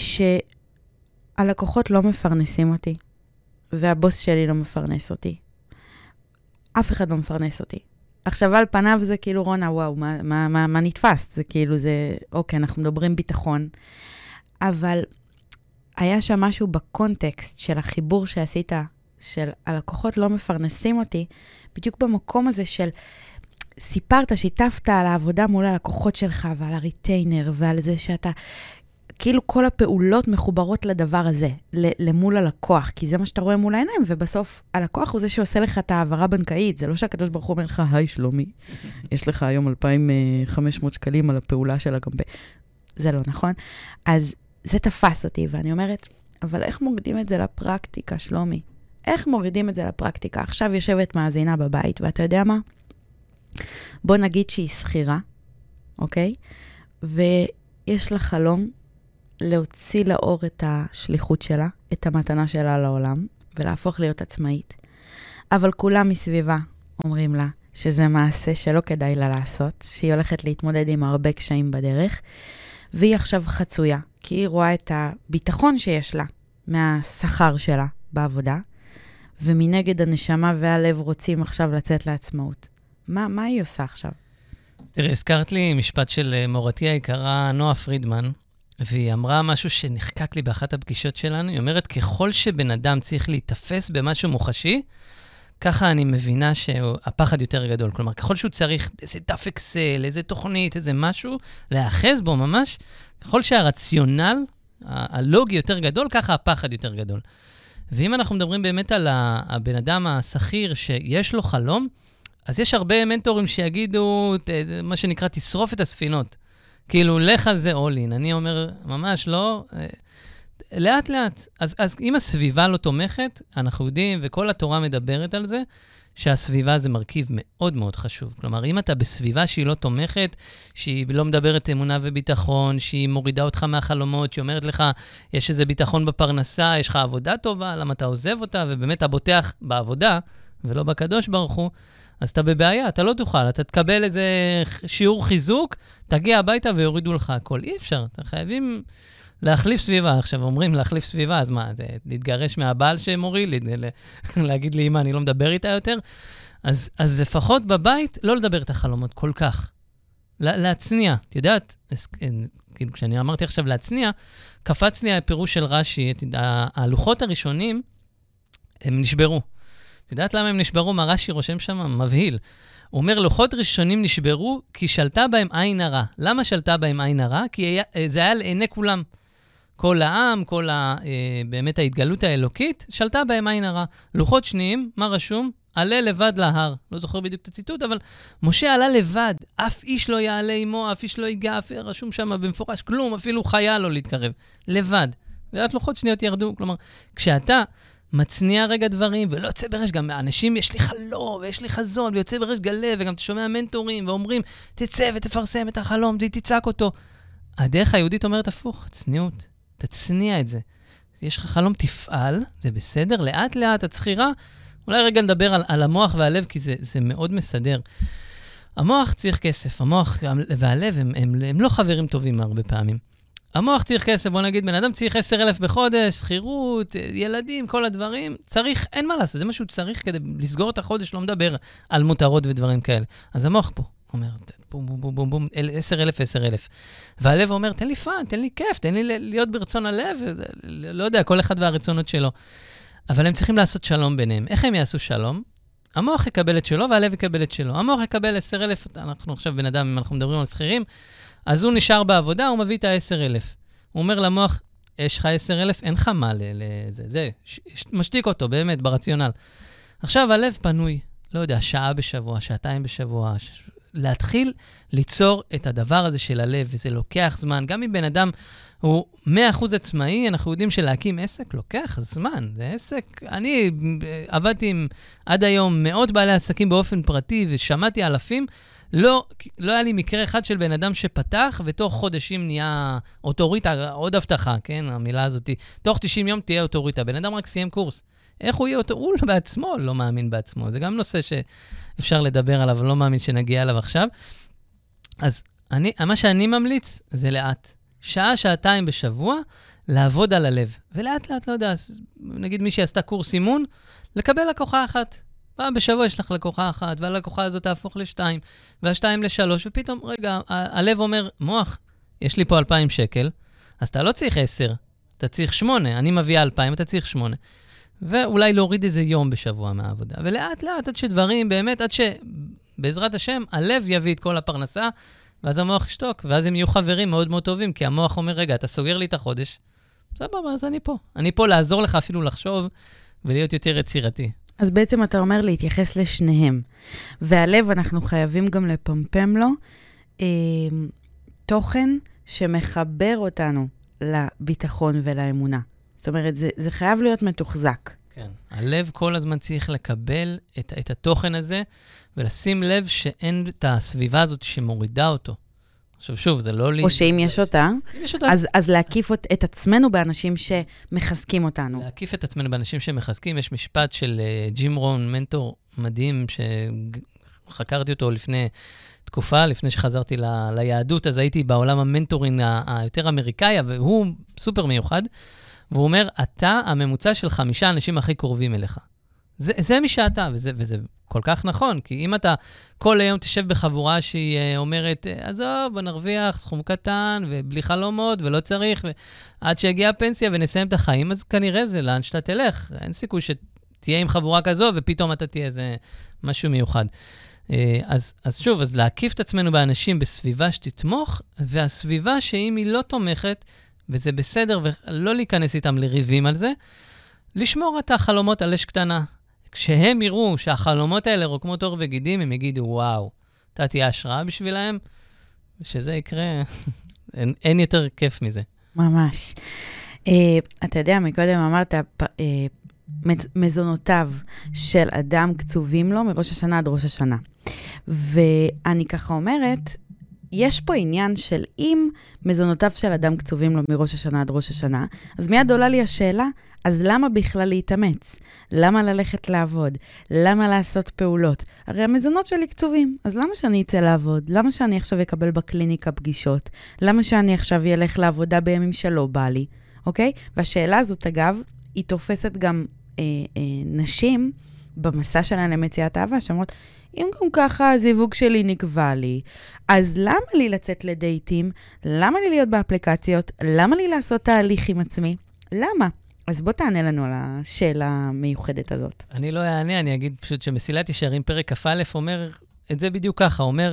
שהלקוחות לא מפרנסים אותי, והבוס שלי לא מפרנס אותי. אף אחד לא מפרנס אותי. עכשיו על פניו זה כאילו רונה, וואו, מה, מה, מה, מה נתפס? זה כאילו זה, אוקיי, אנחנו מדברים ביטחון, אבל היה שם משהו בקונטקסט של החיבור שעשית, של הלקוחות לא מפרנסים אותי, בדיוק במקום הזה של סיפרת, שיתפת על העבודה מול הלקוחות שלך ועל הריטיינר ועל זה שאתה, כאילו כל הפעולות מחוברות לדבר הזה, למול הלקוח, כי זה מה שאתה רואה מול העיניים, ובסוף הלקוח הוא זה שעושה לך את העברה בנקאית, זה לא שהקדוש ברוך הוא אומר לך, היי שלומי, יש לך היום אלפיים וחמש מאות שקלים על הפעולה של הגמבה. זה לא נכון. אז זה תפס אותי, ואני אומרת, אבל איך מורידים את זה לפרקטיקה, שלומי? איך מורידים את זה לפרקטיקה? עכשיו יושבת מאזינה בבית, ואתה יודע מה? בוא נגיד שהיא שכירה, אוקיי? ויש לה חלום להוציא לאור את השליחות שלה, את המתנה שלה לעולם, ולהפוך להיות עצמאית. אבל כולם מסביבה אומרים לה שזה מעשה שלא כדאי לה לעשות, שהיא הולכת להתמודד עם הרבה קשיים בדרך, והיא עכשיו חצויה, כי היא רואה את הביטחון שיש לה מהשכר שלה בעבודה, ומנגד הנשמה והלב רוצים עכשיו לצאת לעצמאות. מה, מה היא עושה עכשיו? תראה, הזכרת לי משפט של מורתי היקרה, נועה פרידמן, והיא אמרה משהו שנחקק לי באחת הפגישות שלנו. היא אומרת, ככל שבן אדם צריך להתאפס במשהו מוחשי, ככה אני מבינה שהפחד יותר גדול. כלומר, ככל שהוא צריך איזה דף אקסל, איזה תוכנית, איזה משהו, להאחז בו ממש, ככל שהרציונל, הלוגי יותר גדול, ככה הפחד יותר גדול. ואם אנחנו מדברים באמת על הבן אדם השכיר שיש לו חלום, אז יש הרבה מנטורים שיגידו, מה שנקרא, תשרוף את הספינות. כאילו, לך על זה all in. אני אומר, ממש לא, לאט לאט. אז, אז אם הסביבה לא תומכת, אנחנו יודעים, וכל התורה מדברת על זה, שהסביבה זה מרכיב מאוד מאוד חשוב. כלומר, אם אתה בסביבה שהיא לא תומכת, שהיא לא מדברת אמונה וביטחון, שהיא מורידה אותך מהחלומות, שהיא אומרת לך, יש איזה ביטחון בפרנסה, יש לך עבודה טובה, למה אתה עוזב אותה, ובאמת אתה בוטח בעבודה, ולא בקדוש ברוך הוא, אז אתה בבעיה, אתה לא תוכל, אתה תקבל איזה שיעור חיזוק, תגיע הביתה ויורידו לך הכל. אי אפשר, אתה חייבים להחליף סביבה. עכשיו אומרים להחליף סביבה, אז מה, להתגרש מהבעל שמוריד, להגיד לי, אמא, אני לא מדבר איתה יותר? אז, אז לפחות בבית, לא לדבר את החלומות כל כך. להצניע, את יודעת, כאילו כשאני אמרתי עכשיו להצניע, קפץ לי הפירוש של רש"י, הלוחות הראשונים, הם נשברו. את יודעת למה הם נשברו? מה רש"י רושם שם? מבהיל. הוא אומר, לוחות ראשונים נשברו כי שלטה בהם עין הרע. למה שלטה בהם עין הרע? כי היה, זה היה לעיני כולם. כל העם, כל ה, באמת ההתגלות האלוקית, שלטה בהם עין הרע. לוחות שניים, מה רשום? עלה לבד להר. לא זוכר בדיוק את הציטוט, אבל משה עלה לבד. אף איש לא יעלה עמו, אף איש לא ייגע, אף רשום שם במפורש, כלום, אפילו חיה לא להתקרב. לבד. ואת לוחות שניות ירדו. כלומר, כשאתה מצניע רגע דברים, ולא יוצא בראש, גם אנשים, יש לי חלום, ויש לי חזון, ויוצא בראש גלה, וגם אתה שומע מנטורים, ואומרים, תצא ותפרסם את החלום, ותצעק אותו. הדרך היהודית אומרת הפוך, צניעות, תצניע את זה. יש לך חלום, תפעל, זה בסדר, לאט לאט, הצחירה, אולי רגע נדבר על, על המוח והלב, כי זה, זה מאוד מסדר. המוח צריך כסף, המוח והלב הם, הם, הם, הם לא חברים טובים הרבה פעמים. המוח צריך כסף, בוא נגיד, בן אדם צריך עשר אלף בחודש, שכירות, ילדים, כל הדברים, צריך, אין מה לעשות, זה משהו צריך כדי לסגור את החודש, לא מדבר על מותרות ודברים כאלה. אז המוח פה, אומר, בום, בום, בום, בום, בום, עשר אלף, עשר אלף. והלב אומר, תן לי פן, תן לי כיף, תן לי להיות ברצון הלב, לא יודע, כל אחד והרצונות שלו. אבל הם צריכים לעשות שלום ביניהם. איך הם יעשו שלום? המוח יקבל את שלו והלב יקבל את שלו. המוח יקבל עשר אלף, אנחנו עכשיו בן אדם, אם אנחנו מדברים על שכירים, אז הוא נשאר בעבודה, הוא מביא את ה-עשר אלף. הוא אומר למוח, יש לך עשר אלף, אין לך מה לזה, זה, משתיק אותו, באמת, ברציונל. עכשיו, הלב פנוי, לא יודע, שעה בשבוע, שעתיים בשבוע, ש... להתחיל ליצור את הדבר הזה של הלב, וזה לוקח זמן. גם אם בן אדם הוא מאה אחוז עצמאי, אנחנו יודעים שלהקים עסק לוקח זמן, זה עסק. אני עבדתי עם עד היום מאות בעלי עסקים באופן פרטי, ושמעתי אלפים, לא, לא היה לי מקרה אחד של בן אדם שפתח, ותוך חודשים נהיה אוטוריטה, עוד הבטחה, כן, המילה הזאת, תוך תשעים יום תהיה אוטוריטה. בן אדם רק סיים קורס. איך הוא יהיה אותו? הוא בעצמו לא מאמין בעצמו. זה גם נושא שאפשר לדבר עליו, לא מאמין שנגיע אליו עכשיו. אז אני, מה שאני ממליץ זה לאט. שעה, שעתיים בשבוע, לעבוד על הלב. ולאט לאט, לא יודע, נגיד מי שעשתה קורס אימון, לקבל לקוחה אחת. פעם בשבוע יש לך לקוחה אחת, והלקוחה הזאת תהפוך לשתיים, והשתיים לשלוש, ופתאום, רגע, ה- הלב אומר, מוח, יש לי פה אלפיים שקל, אז אתה לא צריך עשר, אתה צריך שמונה, אני מביאה אלפיים, אתה צריך שמונה. ואולי להוריד איזה יום בשבוע מהעבודה. ולאט לאט, עד שדברים, באמת, עד שבעזרת השם, הלב יביא את כל הפרנסה, ואז המוח ישתוק, ואז הם יהיו חברים מאוד מאוד טובים, כי המוח אומר, רגע, אתה סוגר לי את החודש, סבבה, אז אני פה. אני פה לעזור לך אפילו לחשוב, ולהיות יותר יצירתי. אז בעצם אתה אומר להתייחס לשניהם. והלב, אנחנו חייבים גם לפמפם לו, אה, תוכן שמחבר אותנו לביטחון ולאמונה. זאת אומרת, זה, זה חייב להיות מתוחזק. כן. הלב כל הזמן צריך לקבל את, את התוכן הזה, ולשים לב שאין את הסביבה הזאת שמורידה אותו. עכשיו, שוב, זה לא לי... או שאם יש אותה, יש אותה. אז, אז להקיף את, את עצמנו באנשים שמחזקים אותנו. להקיף את עצמנו באנשים שמחזקים. יש משפט של uh, ג'ים רון, מנטור מדהים, שחקרתי אותו לפני תקופה, לפני שחזרתי ל, ליהדות, אז הייתי בעולם המנטורין היותר אמריקאי, והוא סופר מיוחד, והוא אומר, אתה הממוצע של חמישה אנשים הכי קרובים אליך. זה, זה מי שאתה, וזה, וזה כל כך נכון, כי אם אתה כל היום תשב בחבורה שהיא אומרת, עזוב, בוא נרוויח סכום קטן, ובלי חלומות, ולא צריך, ועד שיגיע הפנסיה ונסיים את החיים, אז כנראה זה לאן שאתה תלך. אין סיכוי שתהיה עם חבורה כזו, ופתאום אתה תהיה איזה משהו מיוחד. אז, אז שוב, אז להקיף את עצמנו באנשים בסביבה שתתמוך, והסביבה שאם היא לא תומכת, וזה בסדר, ולא להיכנס איתם לריבים על זה, לשמור את החלומות על אש קטנה. כשהם יראו שהחלומות האלה רוקמות עור וגידים, הם יגידו, וואו, אתה תהיה השראה בשבילהם, ושזה יקרה, אין, אין יותר כיף מזה. ממש. אתה יודע, מקודם אמרת, מזונותיו של אדם קצובים לו מראש השנה עד ראש השנה. ואני ככה אומרת, יש פה עניין של אם מזונותיו של אדם קצובים לו מראש השנה עד ראש השנה, אז מיד עולה לי השאלה, אז למה בכלל להתאמץ? למה ללכת לעבוד? למה לעשות פעולות? הרי המזונות שלי קצובים, אז למה שאני אצא לעבוד? למה שאני עכשיו אקבל בקליניקה פגישות? למה שאני עכשיו ילך לעבודה בימים שלא בא לי? אוקיי? והשאלה הזאת, אגב, היא תופסת גם אה, אה, נשים במסע שלהן למציאת אהבה, שאומרות, אם גם ככה הזיווג שלי נקבע לי, אז למה לי לצאת לדייטים? למה לי להיות באפליקציות? למה לי לעשות תהליך עם עצמי? למה? אז בוא תענה לנו על השאלה המיוחדת הזאת. אני לא אענה, אני אגיד פשוט שמסילת ישרים פרק כ"א אומר את זה בדיוק ככה, אומר,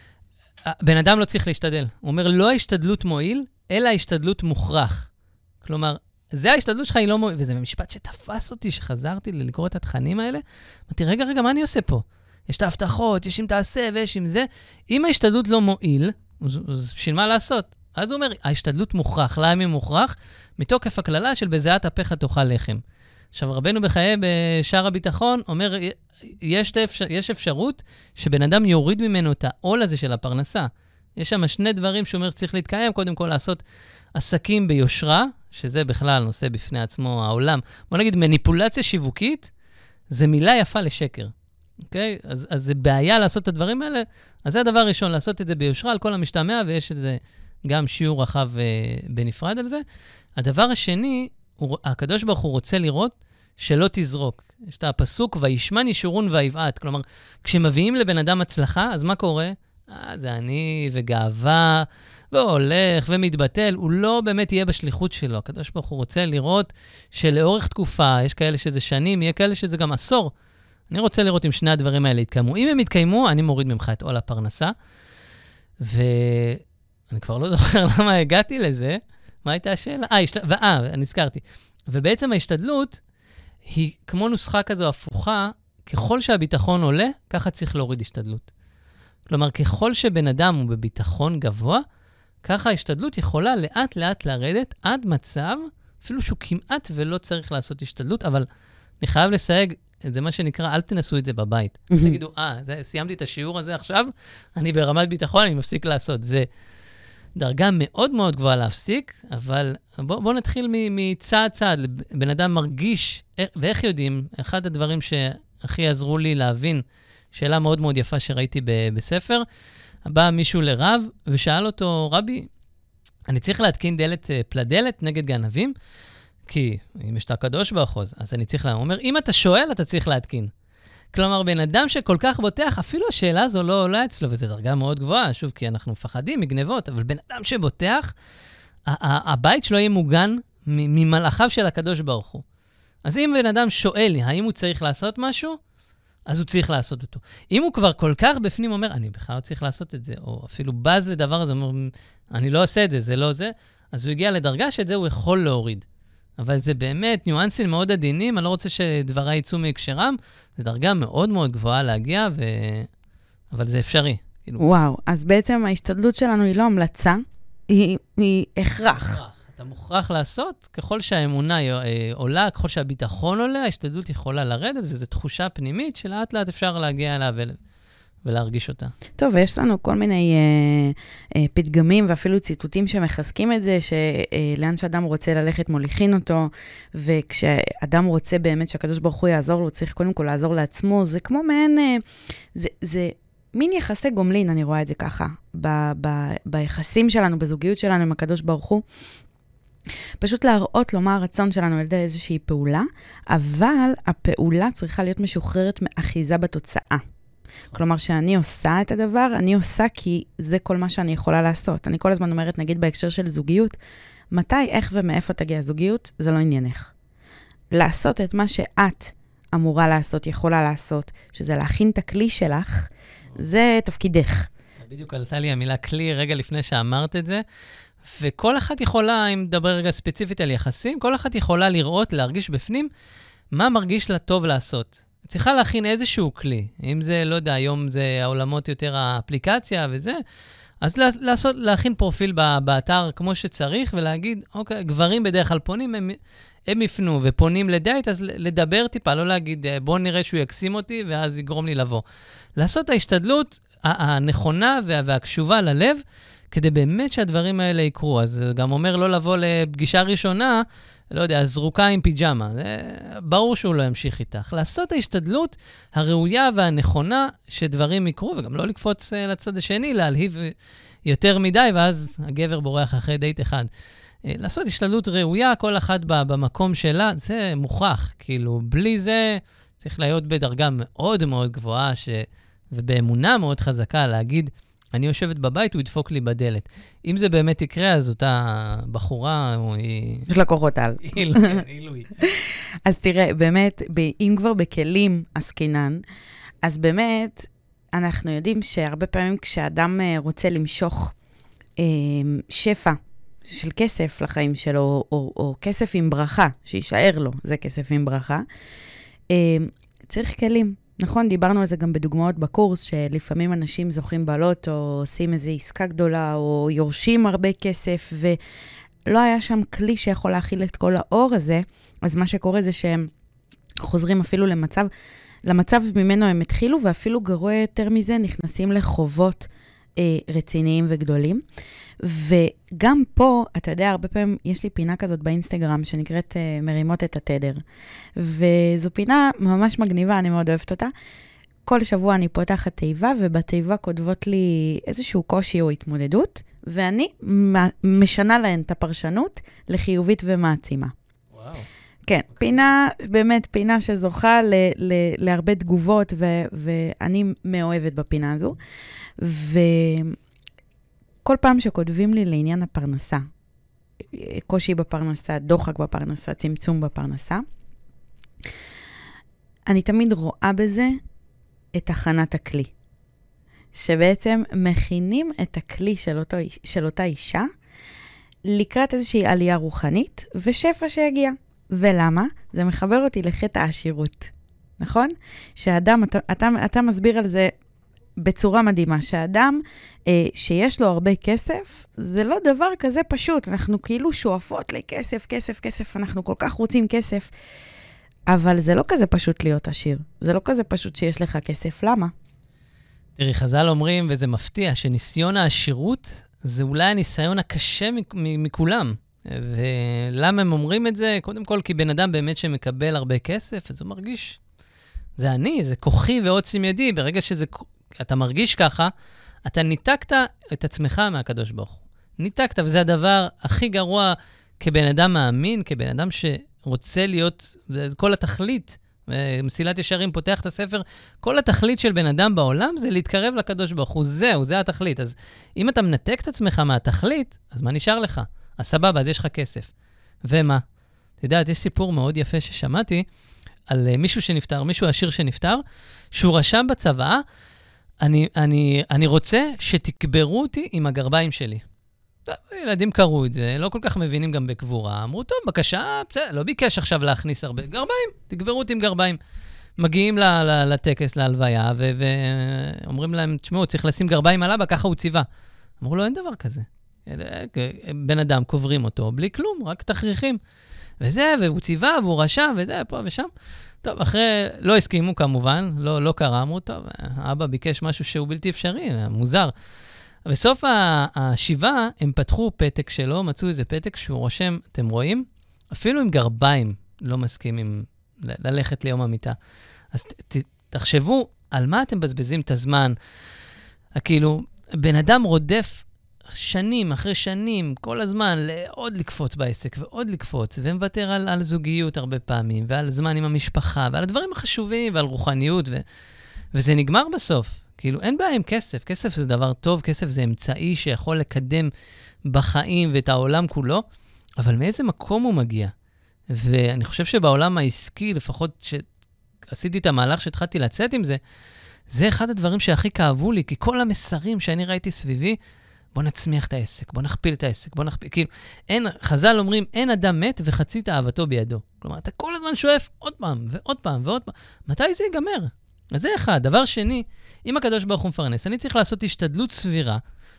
בן אדם לא צריך להשתדל. הוא אומר, לא ההשתדלות מועיל, אלא ההשתדלות מוכרח. כלומר, זה ההשתדלות שלך היא לא מועיל, וזה משפט שתפס אותי, שחזרתי לקרוא את התכנים האלה, אמרתי, רגע, רגע, מה אני עושה פה? יש את ההבטחות, יש עם תעשה ויש עם זה. אם ההשתדלות לא מועיל, אז, אז בשביל מה לעשות? אז הוא אומר, ההשתדלות מוכרח, למה היא מוכרח? מתוקף הכללה של בזיעת אפיך תאכל לחם. עכשיו, רבנו בחיי בשער הביטחון אומר, יש, אפשר, יש אפשרות שבן אדם יוריד ממנו את העול הזה של הפרנסה. יש שם שני דברים שהוא אומר שצריך להתקיים, קודם כל לעשות עסקים ביושרה, שזה בכלל נושא בפני עצמו העולם. בוא נגיד, מניפולציה שיווקית, זה מילה יפה לשקר. אוקיי? אז, אז זה בעיה לעשות את הדברים האלה. אז זה הדבר הראשון, לעשות את זה ביושרה על כל המשתמע, ויש את זה גם שיעור רחב uh, בנפרד על זה. הדבר השני, הוא, הקדוש ברוך הוא רוצה לראות שלא תזרוק. יש את הפסוק, וישמן ישורון ויבעט. כלומר, כשמביאים לבן אדם הצלחה, אז מה קורה? אה, זה אני וגאווה, והולך ומתבטל. הוא לא באמת יהיה בשליחות שלו. הקדוש ברוך הוא רוצה לראות שלאורך תקופה, יש כאלה שזה שנים, יהיה כאלה שזה גם עשור. אני רוצה לראות אם שני הדברים האלה יתקיימו. אם הם יתקיימו, אני מוריד ממך את עול הפרנסה. ואני כבר לא זוכר למה הגעתי לזה. מה הייתה השאלה? אה, השל... ואה, אני הזכרתי. ובעצם ההשתדלות היא כמו נוסחה כזו הפוכה, ככל שהביטחון עולה, ככה צריך להוריד השתדלות. כלומר, ככל שבן אדם הוא בביטחון גבוה, ככה ההשתדלות יכולה לאט לאט לרדת עד מצב, אפילו שהוא כמעט ולא צריך לעשות השתדלות, אבל אני חייב לסייג, זה מה שנקרא, אל תנסו את זה בבית. תגידו, אה, זה, סיימתי את השיעור הזה עכשיו, אני ברמת ביטחון, אני מפסיק לעשות. זה דרגה מאוד מאוד גבוהה להפסיק, אבל בוא, בוא נתחיל מצעד צעד. בן אדם מרגיש, ואיך יודעים, אחד הדברים שהכי עזרו לי להבין, שאלה מאוד מאוד יפה שראיתי ב- בספר, בא מישהו לרב ושאל אותו, רבי, אני צריך להתקין דלת פלדלת נגד גנבים? כי אם יש את הקדוש ברוך הוא, אז אני צריך לה... הוא אומר, אם אתה שואל, אתה צריך להתקין. כלומר, בן אדם שכל כך בוטח, אפילו השאלה הזו לא עולה אצלו, וזו דרגה מאוד גבוהה, שוב, כי אנחנו מפחדים מגנבות, אבל בן אדם שבוטח, הבית שלו יהיה מוגן ממלאכיו של הקדוש ברוך הוא. אז אם בן אדם שואל לי, האם הוא צריך לעשות משהו, אז הוא צריך לעשות אותו. אם הוא כבר כל כך בפנים אומר, אני בכלל לא צריך לעשות את זה, או אפילו בז לדבר הזה, אומר, אני לא עושה את זה, זה לא זה, אז הוא הגיע לדרגה שאת זה הוא יכול להוריד. אבל זה באמת ניואנסים מאוד עדינים, אני לא רוצה שדבריי יצאו מהקשרם, זו דרגה מאוד מאוד גבוהה להגיע, ו... אבל זה אפשרי. וואו, אז בעצם ההשתדלות שלנו היא לא המלצה, היא, היא הכרח. אתה מוכרח לעשות, ככל שהאמונה עולה, ככל שהביטחון עולה, ההשתדלות יכולה לרדת, וזו תחושה פנימית שלאט לאט אפשר להגיע אליה ולהרגיש אותה. טוב, ויש לנו כל מיני אה, אה, פתגמים ואפילו ציטוטים שמחזקים את זה, שלאן אה, שאדם רוצה ללכת מוליכין אותו, וכשאדם רוצה באמת שהקדוש ברוך הוא יעזור לו, הוא צריך קודם כל לעזור לעצמו, זה כמו מעין, אה, זה, זה מין יחסי גומלין, אני רואה את זה ככה, ב, ב, ביחסים שלנו, בזוגיות שלנו עם הקדוש ברוך הוא, פשוט להראות לו מה הרצון שלנו על ידי איזושהי פעולה, אבל הפעולה צריכה להיות משוחררת מאחיזה בתוצאה. כלומר, שאני עושה את הדבר, אני עושה כי זה כל מה שאני יכולה לעשות. אני כל הזמן אומרת, נגיד בהקשר של זוגיות, מתי, איך ומאיפה תגיע הזוגיות, זה לא עניינך. לעשות את מה שאת אמורה לעשות, יכולה לעשות, שזה להכין את הכלי שלך, זה תפקידך. בדיוק עלתה לי המילה כלי רגע לפני שאמרת את זה, וכל אחת יכולה, אם נדבר רגע ספציפית על יחסים, כל אחת יכולה לראות, להרגיש בפנים, מה מרגיש לה טוב לעשות. צריכה להכין איזשהו כלי. אם זה, לא יודע, היום זה העולמות יותר האפליקציה וזה, אז לעשות, להכין פרופיל באתר כמו שצריך, ולהגיד, אוקיי, גברים בדרך כלל פונים, הם, הם יפנו ופונים לדייט, אז לדבר טיפה, לא להגיד, בוא נראה שהוא יקסים אותי, ואז יגרום לי לבוא. לעשות את ההשתדלות הנכונה והקשובה ללב, כדי באמת שהדברים האלה יקרו. אז גם אומר לא לבוא לפגישה ראשונה, לא יודע, זרוקה עם פיג'מה. ברור שהוא לא ימשיך איתך. לעשות ההשתדלות הראויה והנכונה שדברים יקרו, וגם לא לקפוץ לצד השני, להלהיב יותר מדי, ואז הגבר בורח אחרי דייט אחד. לעשות השתדלות ראויה, כל אחת במקום שלה, זה מוכרח. כאילו, בלי זה צריך להיות בדרגה מאוד מאוד גבוהה, ש... ובאמונה מאוד חזקה להגיד, אני יושבת בבית, הוא ידפוק לי בדלת. אם זה באמת יקרה, אז אותה בחורה, היא... יש לה כוחות על. עילוי. אז תראה, באמת, אם כבר בכלים עסקינן, אז באמת, אנחנו יודעים שהרבה פעמים כשאדם רוצה למשוך אה, שפע של כסף לחיים שלו, או, או, או כסף עם ברכה, שישאר לו, זה כסף עם ברכה, אה, צריך כלים. נכון, דיברנו על זה גם בדוגמאות בקורס, שלפעמים אנשים זוכים בלוט, או עושים איזו עסקה גדולה, או יורשים הרבה כסף, ולא היה שם כלי שיכול להכיל את כל האור הזה, אז מה שקורה זה שהם חוזרים אפילו למצב, למצב ממנו הם התחילו, ואפילו גרוע יותר מזה, נכנסים לחובות אה, רציניים וגדולים. וגם פה, אתה יודע, הרבה פעמים יש לי פינה כזאת באינסטגרם, שנקראת אה, מרימות את התדר. וזו פינה ממש מגניבה, אני מאוד אוהבת אותה. כל שבוע אני פותחת תיבה, ובתיבה כותבות לי איזשהו קושי או התמודדות, ואני משנה להן את הפרשנות לחיובית ומעצימה. וואו. כן, פינה, באמת פינה שזוכה ל, ל, להרבה תגובות, ו, ואני מאוהבת בפינה הזו. וכל פעם שכותבים לי לעניין הפרנסה, קושי בפרנסה, דוחק בפרנסה, צמצום בפרנסה, אני תמיד רואה בזה את הכנת הכלי. שבעצם מכינים את הכלי של, אותו, של אותה אישה, לקראת איזושהי עלייה רוחנית, ושפע שיגיע. ולמה? זה מחבר אותי לחטא העשירות. נכון? שהאדם, אתה, אתה, אתה מסביר על זה בצורה מדהימה, שהאדם אה, שיש לו הרבה כסף, זה לא דבר כזה פשוט. אנחנו כאילו שואפות לכסף, כסף, כסף, אנחנו כל כך רוצים כסף, אבל זה לא כזה פשוט להיות עשיר. זה לא כזה פשוט שיש לך כסף. למה? תראי, חז"ל אומרים, וזה מפתיע, שניסיון העשירות זה אולי הניסיון הקשה מכולם. ולמה הם אומרים את זה? קודם כל, כי בן אדם באמת שמקבל הרבה כסף, אז הוא מרגיש, זה אני, זה כוחי ועוצם ידי. ברגע שאתה מרגיש ככה, אתה ניתקת את עצמך מהקדוש ברוך הוא. ניתקת, וזה הדבר הכי גרוע כבן אדם מאמין, כבן אדם שרוצה להיות, כל התכלית, מסילת ישרים פותח את הספר, כל התכלית של בן אדם בעולם זה להתקרב לקדוש ברוך הוא. זהו, זה התכלית. אז אם אתה מנתק את עצמך מהתכלית, אז מה נשאר לך? אז סבבה, אז יש לך כסף. ומה? אתה יודעת, יש סיפור מאוד יפה ששמעתי על מישהו שנפטר, מישהו עשיר שנפטר, שהוא רשם בצבא, אני, אני, אני רוצה שתקברו אותי עם הגרביים שלי. ילדים קראו את זה, לא כל כך מבינים גם בקבורה. אמרו, טוב, בקשה, לא ביקש עכשיו להכניס הרבה גרביים, תקברו אותי עם גרביים. מגיעים לטקס, להלוויה, ואומרים להם, תשמעו, צריך לשים גרביים על אבא, ככה הוא ציווה. אמרו לו, אין דבר כזה. בן אדם קוברים אותו, בלי כלום, רק תכריכים. וזה, והוא ציווה, והוא רשם, וזה, פה ושם. טוב, אחרי, לא הסכימו כמובן, לא, לא קרה, אמרו, טוב, האבא ביקש משהו שהוא בלתי אפשרי, מוזר. בסוף השבעה, הם פתחו פתק שלו, מצאו איזה פתק שהוא רושם, אתם רואים? אפילו עם גרביים לא מסכימים ללכת ליום המיטה. אז ת, תחשבו על מה אתם בזבזים את הזמן. כאילו, בן אדם רודף שנים אחרי שנים, כל הזמן, עוד לקפוץ בעסק ועוד לקפוץ, ומוותר על, על זוגיות הרבה פעמים, ועל זמן עם המשפחה, ועל הדברים החשובים, ועל רוחניות, ו, וזה נגמר בסוף. כאילו, אין בעיה עם כסף. כסף זה דבר טוב, כסף זה אמצעי שיכול לקדם בחיים ואת העולם כולו, אבל מאיזה מקום הוא מגיע? ואני חושב שבעולם העסקי, לפחות שעשיתי את המהלך שהתחלתי לצאת עם זה, זה אחד הדברים שהכי כאבו לי, כי כל המסרים שאני ראיתי סביבי, בוא נצמיח את העסק, בוא נכפיל את העסק, בוא נכפיל, כאילו, אין, חז"ל אומרים, אין אדם מת וחצי תאוותו בידו. כלומר, אתה כל הזמן שואף עוד פעם ועוד פעם ועוד פעם. מתי זה ייגמר? אז זה אחד. דבר שני, אם הקדוש ברוך הוא מפרנס, אני צריך לעשות השתדלות סבירה,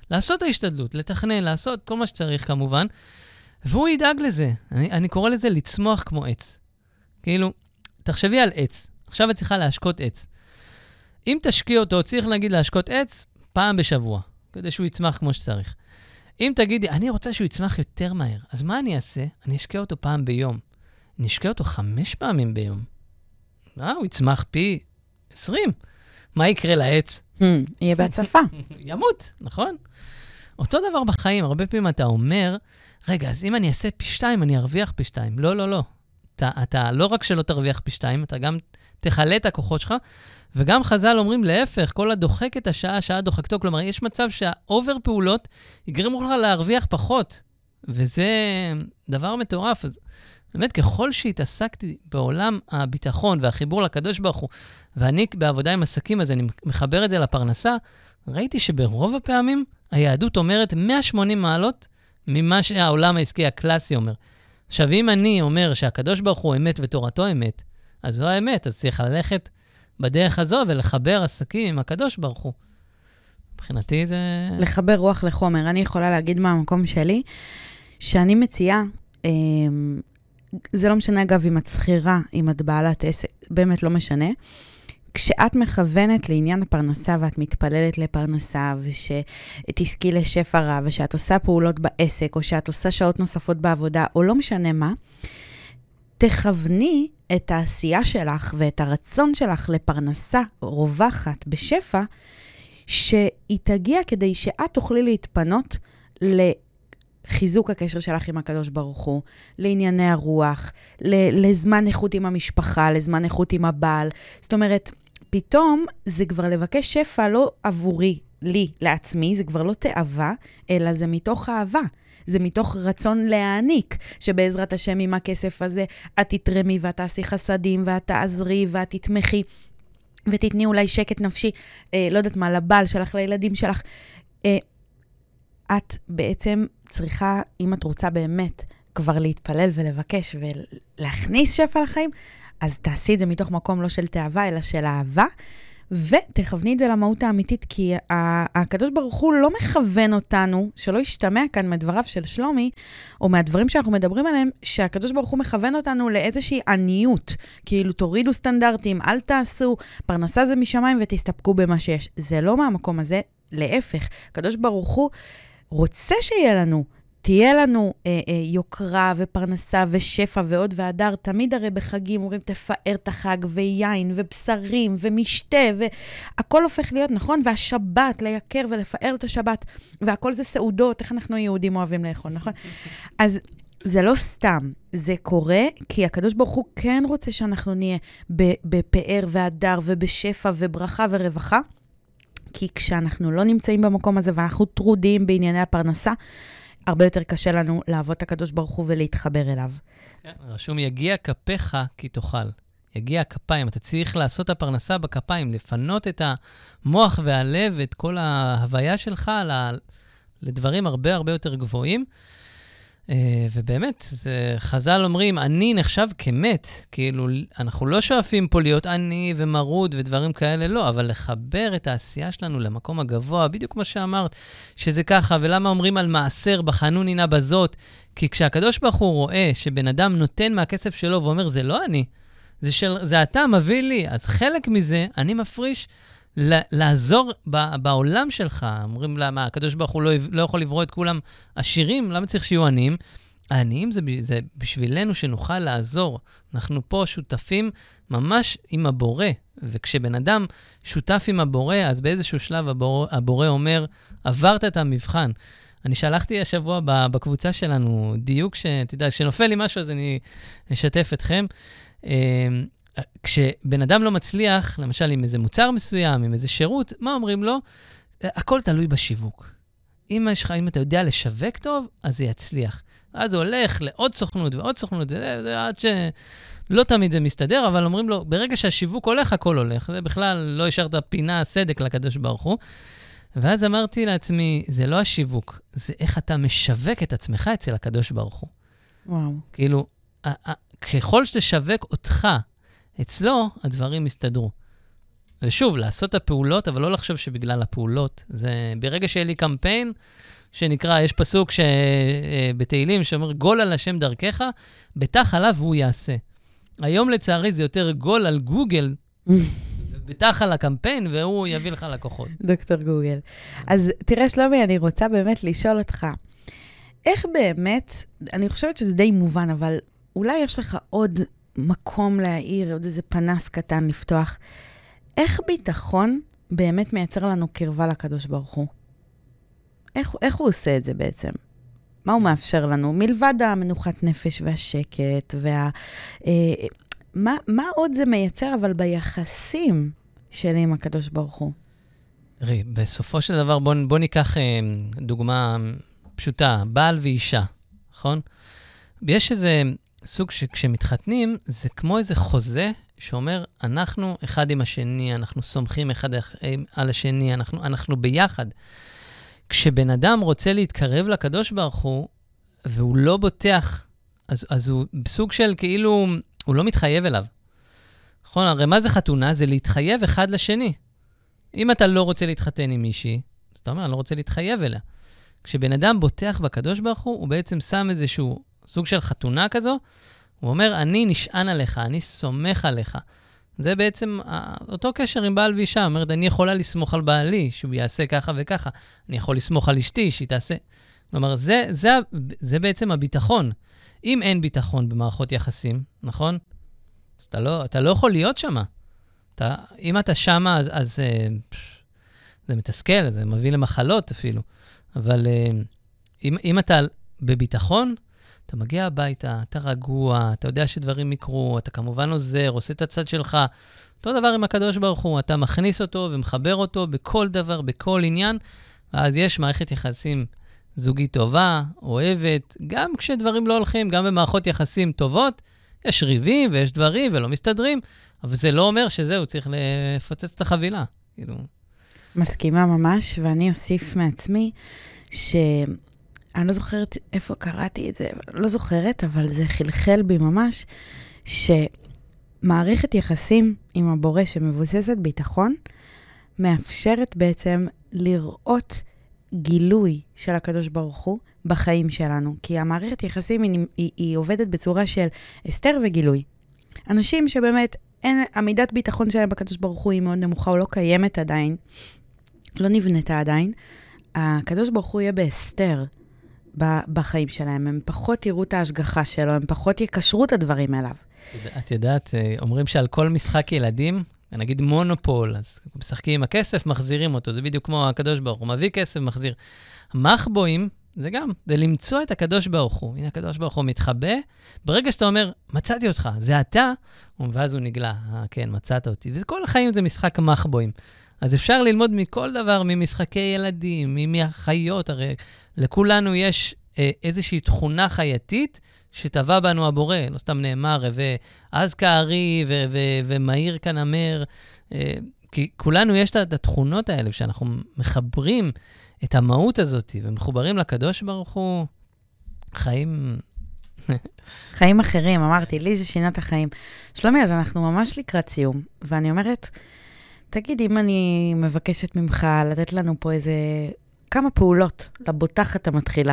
לעשות ההשתדלות, לתכנן, לעשות כל מה שצריך כמובן, והוא ידאג לזה. אני, אני קורא לזה לצמוח כמו עץ. כאילו, תחשבי על עץ. עכשיו את צריכה להשקות עץ. אם תשקיע אותו, צריך להגיד להשקות עץ פעם בשבוע, כדי שהוא יצמח כמו שצריך. אם תגידי, אני רוצה שהוא יצמח יותר מהר, אז מה אני אעשה? אני אשקיע אותו פעם ביום. אני אשקיע אותו חמש פעמים ביום. אה, הוא יצמח פי עשרים. מה יקרה לעץ? יהיה בהצפה. ימות, נכון? אותו דבר בחיים, הרבה פעמים אתה אומר, רגע, אז אם אני אעשה פי שתיים, אני ארוויח פי שתיים. לא, לא, לא. אתה, אתה לא רק שלא תרוויח פי שתיים, אתה גם תחלה את הכוחות שלך, וגם חז"ל אומרים להפך, כל הדוחק את השעה, שעה דוחקתו, כלומר, יש מצב שהאובר פעולות יגרמו לך להרוויח פחות, וזה דבר מטורף. אז באמת, ככל שהתעסקתי בעולם הביטחון והחיבור לקדוש ברוך הוא, ואני בעבודה עם עסקים, אז אני מחבר את זה לפרנסה, ראיתי שברוב הפעמים היהדות אומרת מאה ושמונים מעלות ממה שהעולם העסקי הקלאסי אומר. עכשיו, אם אני אומר שהקדוש ברוך הוא אמת ותורתו אמת, אז זו האמת, אז צריך ללכת בדרך הזו ולחבר עסקים עם הקדוש ברוך הוא. מבחינתי זה... לחבר רוח לחומר. אני יכולה להגיד מהמקום שלי, שאני מציעה, אה, זה לא משנה אגב אם את שכירה, אם את בעלת עסק, באמת לא משנה. כשאת מכוונת לעניין הפרנסה ואת מתפללת לפרנסה ושתזכי לשפע רב ושאת עושה פעולות בעסק או שאת עושה שעות נוספות בעבודה או לא משנה מה, תכווני את העשייה שלך ואת הרצון שלך לפרנסה רווחת בשפע, שהיא תגיע כדי שאת תוכלי להתפנות לחיזוק הקשר שלך עם הקדוש ברוך הוא, לענייני הרוח, לזמן איכות עם המשפחה, לזמן איכות עם הבעל. זאת אומרת, פתאום זה כבר לבקש שפע לא עבורי, לי, לעצמי, זה כבר לא תאווה, אלא זה מתוך אהבה. זה מתוך רצון להעניק, שבעזרת השם עם הכסף הזה, את תתרמי ואת תעשי חסדים, ואת תעזרי ואת תתמכי, ותתני אולי שקט נפשי, אה, לא יודעת מה, לבעל שלך, לילדים שלך. אה, את בעצם צריכה, אם את רוצה באמת, כבר להתפלל ולבקש ולהכניס שפע לחיים, אז תעשי את זה מתוך מקום לא של תאווה, אלא של אהבה, ותכווני את זה למהות האמיתית, כי הקדוש ברוך הוא לא מכוון אותנו, שלא ישתמע כאן מדבריו של שלומי, או מהדברים שאנחנו מדברים עליהם, שהקדוש ברוך הוא מכוון אותנו לאיזושהי עניות, כאילו תורידו סטנדרטים, אל תעשו, פרנסה זה משמיים ותסתפקו במה שיש. זה לא מהמקום הזה, להפך. הקדוש ברוך הוא רוצה שיהיה לנו, תהיה לנו אה, אה, יוקרה ופרנסה ושפע ועוד והדר, תמיד הרי בחגים אומרים תפאר את החג ויין ובשרים ומשתה והכל הופך להיות נכון, והשבת לייקר ולפאר את השבת, והכל זה סעודות, איך אנחנו יהודים אוהבים לאכול, נכון? אז זה לא סתם, זה קורה כי הקדוש ברוך הוא כן רוצה שאנחנו נהיה בפאר והדר ובשפע וברכה ורווחה, כי כשאנחנו לא נמצאים במקום הזה ואנחנו טרודים בענייני הפרנסה, הרבה יותר קשה לנו לעבוד את הקדוש ברוך הוא ולהתחבר אליו. כן, רשום, יגיע כפיך כי תאכל. יגיע כפיים. אתה צריך לעשות את הפרנסה בכפיים, לפנות את המוח והלב, את כל ההוויה שלך לדברים הרבה הרבה יותר גבוהים. ובאמת, זה, חז"ל אומרים, אני נחשב כמת. כאילו, אנחנו לא שואפים פה להיות עני ומרוד ודברים כאלה, לא, אבל לחבר את העשייה שלנו למקום הגבוה, בדיוק כמו שאמרת, שזה ככה, ולמה אומרים על מעשר בחנון הנה בזאת? כי כשהקדוש ברוך הוא רואה שבן אדם נותן מהכסף שלו ואומר, זה לא אני, זה, של, זה אתה מביא לי, אז חלק מזה אני מפריש לעזור בעולם שלך. אומרים למה, הקדוש ברוך הוא לא, לא יכול לברוא את כולם עשירים, למה צריך שיהיו עניים? העניים זה, זה בשבילנו שנוכל לעזור. אנחנו פה שותפים ממש עם הבורא, וכשבן אדם שותף עם הבורא, אז באיזשהו שלב הבורא, הבורא אומר, עברת את המבחן. אני שלחתי השבוע בקבוצה שלנו דיוק, שתדע, שנופל לי משהו, אז אני אשתף אתכם. כשבן אדם לא מצליח, למשל עם איזה מוצר מסוים, עם איזה שירות, מה אומרים לו? הכל תלוי בשיווק. אם יש לך, אם אתה יודע לשווק טוב, אז זה יצליח. אז הוא הולך לעוד סוכנות ועוד סוכנות, וזה עד שלא תמיד זה מסתדר, אבל אומרים לו, ברגע שהשיווק הולך, הכל הולך. זה בכלל לא השארת פינה סדק לקדוש ברוך הוא. ואז אמרתי לעצמי, זה לא השיווק, זה איך אתה משווק את עצמך אצל הקדוש ברוך הוא. וואו. כאילו, ככל שתשווק אותך, אצלו הדברים יסתדרו. ושוב, לעשות את הפעולות, אבל לא לחשוב שבגלל הפעולות. זה ברגע שיהיה לי קמפיין, שנקרא, יש פסוק בתהילים שאומר, גול על השם דרכך, בטח עליו והוא יעשה. היום לצערי זה יותר גול על גוגל, בטח על הקמפיין, והוא יביא לך לקוחות. דוקטור גוגל. אז תראה, שלומי, אני רוצה באמת לשאול אותך, איך באמת, אני חושבת שזה די מובן, אבל אולי יש לך עוד מקום להעיר, עוד איזה פנס קטן לפתוח. איך ביטחון באמת מייצר לנו קרבה לקדוש ברוך הוא? איך, איך הוא עושה את זה בעצם? מה הוא מאפשר לנו? מלבד המנוחת נפש והשקט, וה... אה, מה, מה עוד זה מייצר, אבל ביחסים שלי עם הקדוש ברוך הוא? תראי, בסופו של דבר, בוא, בוא ניקח אה, דוגמה פשוטה, בעל ואישה, נכון? יש איזה סוג שכשמתחתנים, זה כמו איזה חוזה שאומר, אנחנו אחד עם השני, אנחנו סומכים אחד על השני, אנחנו, אנחנו ביחד. כשבן אדם רוצה להתקרב לקדוש ברוך הוא, והוא לא בוטח, אז, אז הוא בסוג של כאילו, הוא לא מתחייב אליו. נכון? הרי מה זה חתונה? זה להתחייב אחד לשני. אם אתה לא רוצה להתחתן עם מישהי, אז אתה אומר, אני לא רוצה להתחייב אליה. כשבן אדם בוטח בקדוש ברוך הוא, הוא בעצם שם איזשהו סוג של חתונה כזו, הוא אומר, אני נשען עליך, אני סומך עליך. זה בעצם אותו קשר עם בעל ואישה. הוא אומר, אני יכולה לסמוך על בעלי, שהוא יעשה ככה וככה. אני יכול לסמוך על אשתי, שהיא תעשה. כלומר, זה, זה, זה בעצם הביטחון. אם אין ביטחון במערכות יחסים, נכון? אז אתה לא, אתה לא יכול להיות שמה. אתה, אם אתה שמה, אז, אז פש, זה מתסכל, זה מביא למחלות אפילו. אבל אם, אם אתה בביטחון, אתה מגיע הביתה, אתה רגוע, אתה יודע שדברים יקרו, אתה כמובן עוזר, עושה את הצד שלך. אותו דבר עם הקדוש ברוך הוא, אתה מכניס אותו ומחבר אותו בכל דבר, בכל עניין, ואז יש מערכת יחסים זוגית טובה, אוהבת, גם כשדברים לא הולכים, גם במערכות יחסים טובות, יש ריבים ויש דברים ולא מסתדרים, אבל זה לא אומר שזהו, צריך לפוצץ את החבילה. כאילו... מסכימה ממש, ואני אוסיף מעצמי ש... אני לא זוכרת איפה קראתי את זה, לא זוכרת, אבל זה חלחל בי ממש, שמערכת יחסים עם הבורא שמבוססת ביטחון, מאפשרת בעצם לראות גילוי של הקדוש ברוך הוא בחיים שלנו. כי המערכת יחסים היא, היא, היא עובדת בצורה של הסתר וגילוי. אנשים שבאמת אין, עמידת ביטחון שלהם בקדוש ברוך הוא היא מאוד נמוכה, או לא קיימת עדיין, לא נבנתה עדיין, הקדוש ברוך הוא יהיה בהסתר, בחיים שלהם. הם פחות יראו את ההשגחה שלו, הם פחות יקשרו את הדברים אליו. את יודעת, אומרים שעל כל משחק ילדים, נגיד מונופול, אז משחקים עם הכסף, מחזירים אותו. זה בדיוק כמו הקדוש ברוך הוא, מביא כסף, מחזיר. מחבואים, זה גם, זה למצוא את הקדוש ברוך הוא. הנה הקדוש ברוך הוא מתחבא. ברגע שאתה אומר, מצאתי אותך, זה אתה, ואז הוא נגלה, אה, כן, מצאת אותי. וכל החיים זה משחק מחבואים. אז אפשר ללמוד מכל דבר, ממשחקי ילדים, מהחיות, הרי לכולנו יש אה, איזושהי תכונה חייתית שטבע בנו הבורא, לא סתם נאמר, ואז כארי ו- ו- ומהיר כנמר, אה, כי כולנו יש את התכונות האלה, שאנחנו מחברים את המהות הזאת, ומחוברים לקדוש ברוך הוא, חיים... חיים אחרים, אמרתי, לי זה שינת החיים. שלומי, אז אנחנו ממש לקראת סיום, ואני אומרת... תגיד, אם אני מבקשת ממך לתת לנו פה איזה כמה פעולות לבוטחת המתחילה.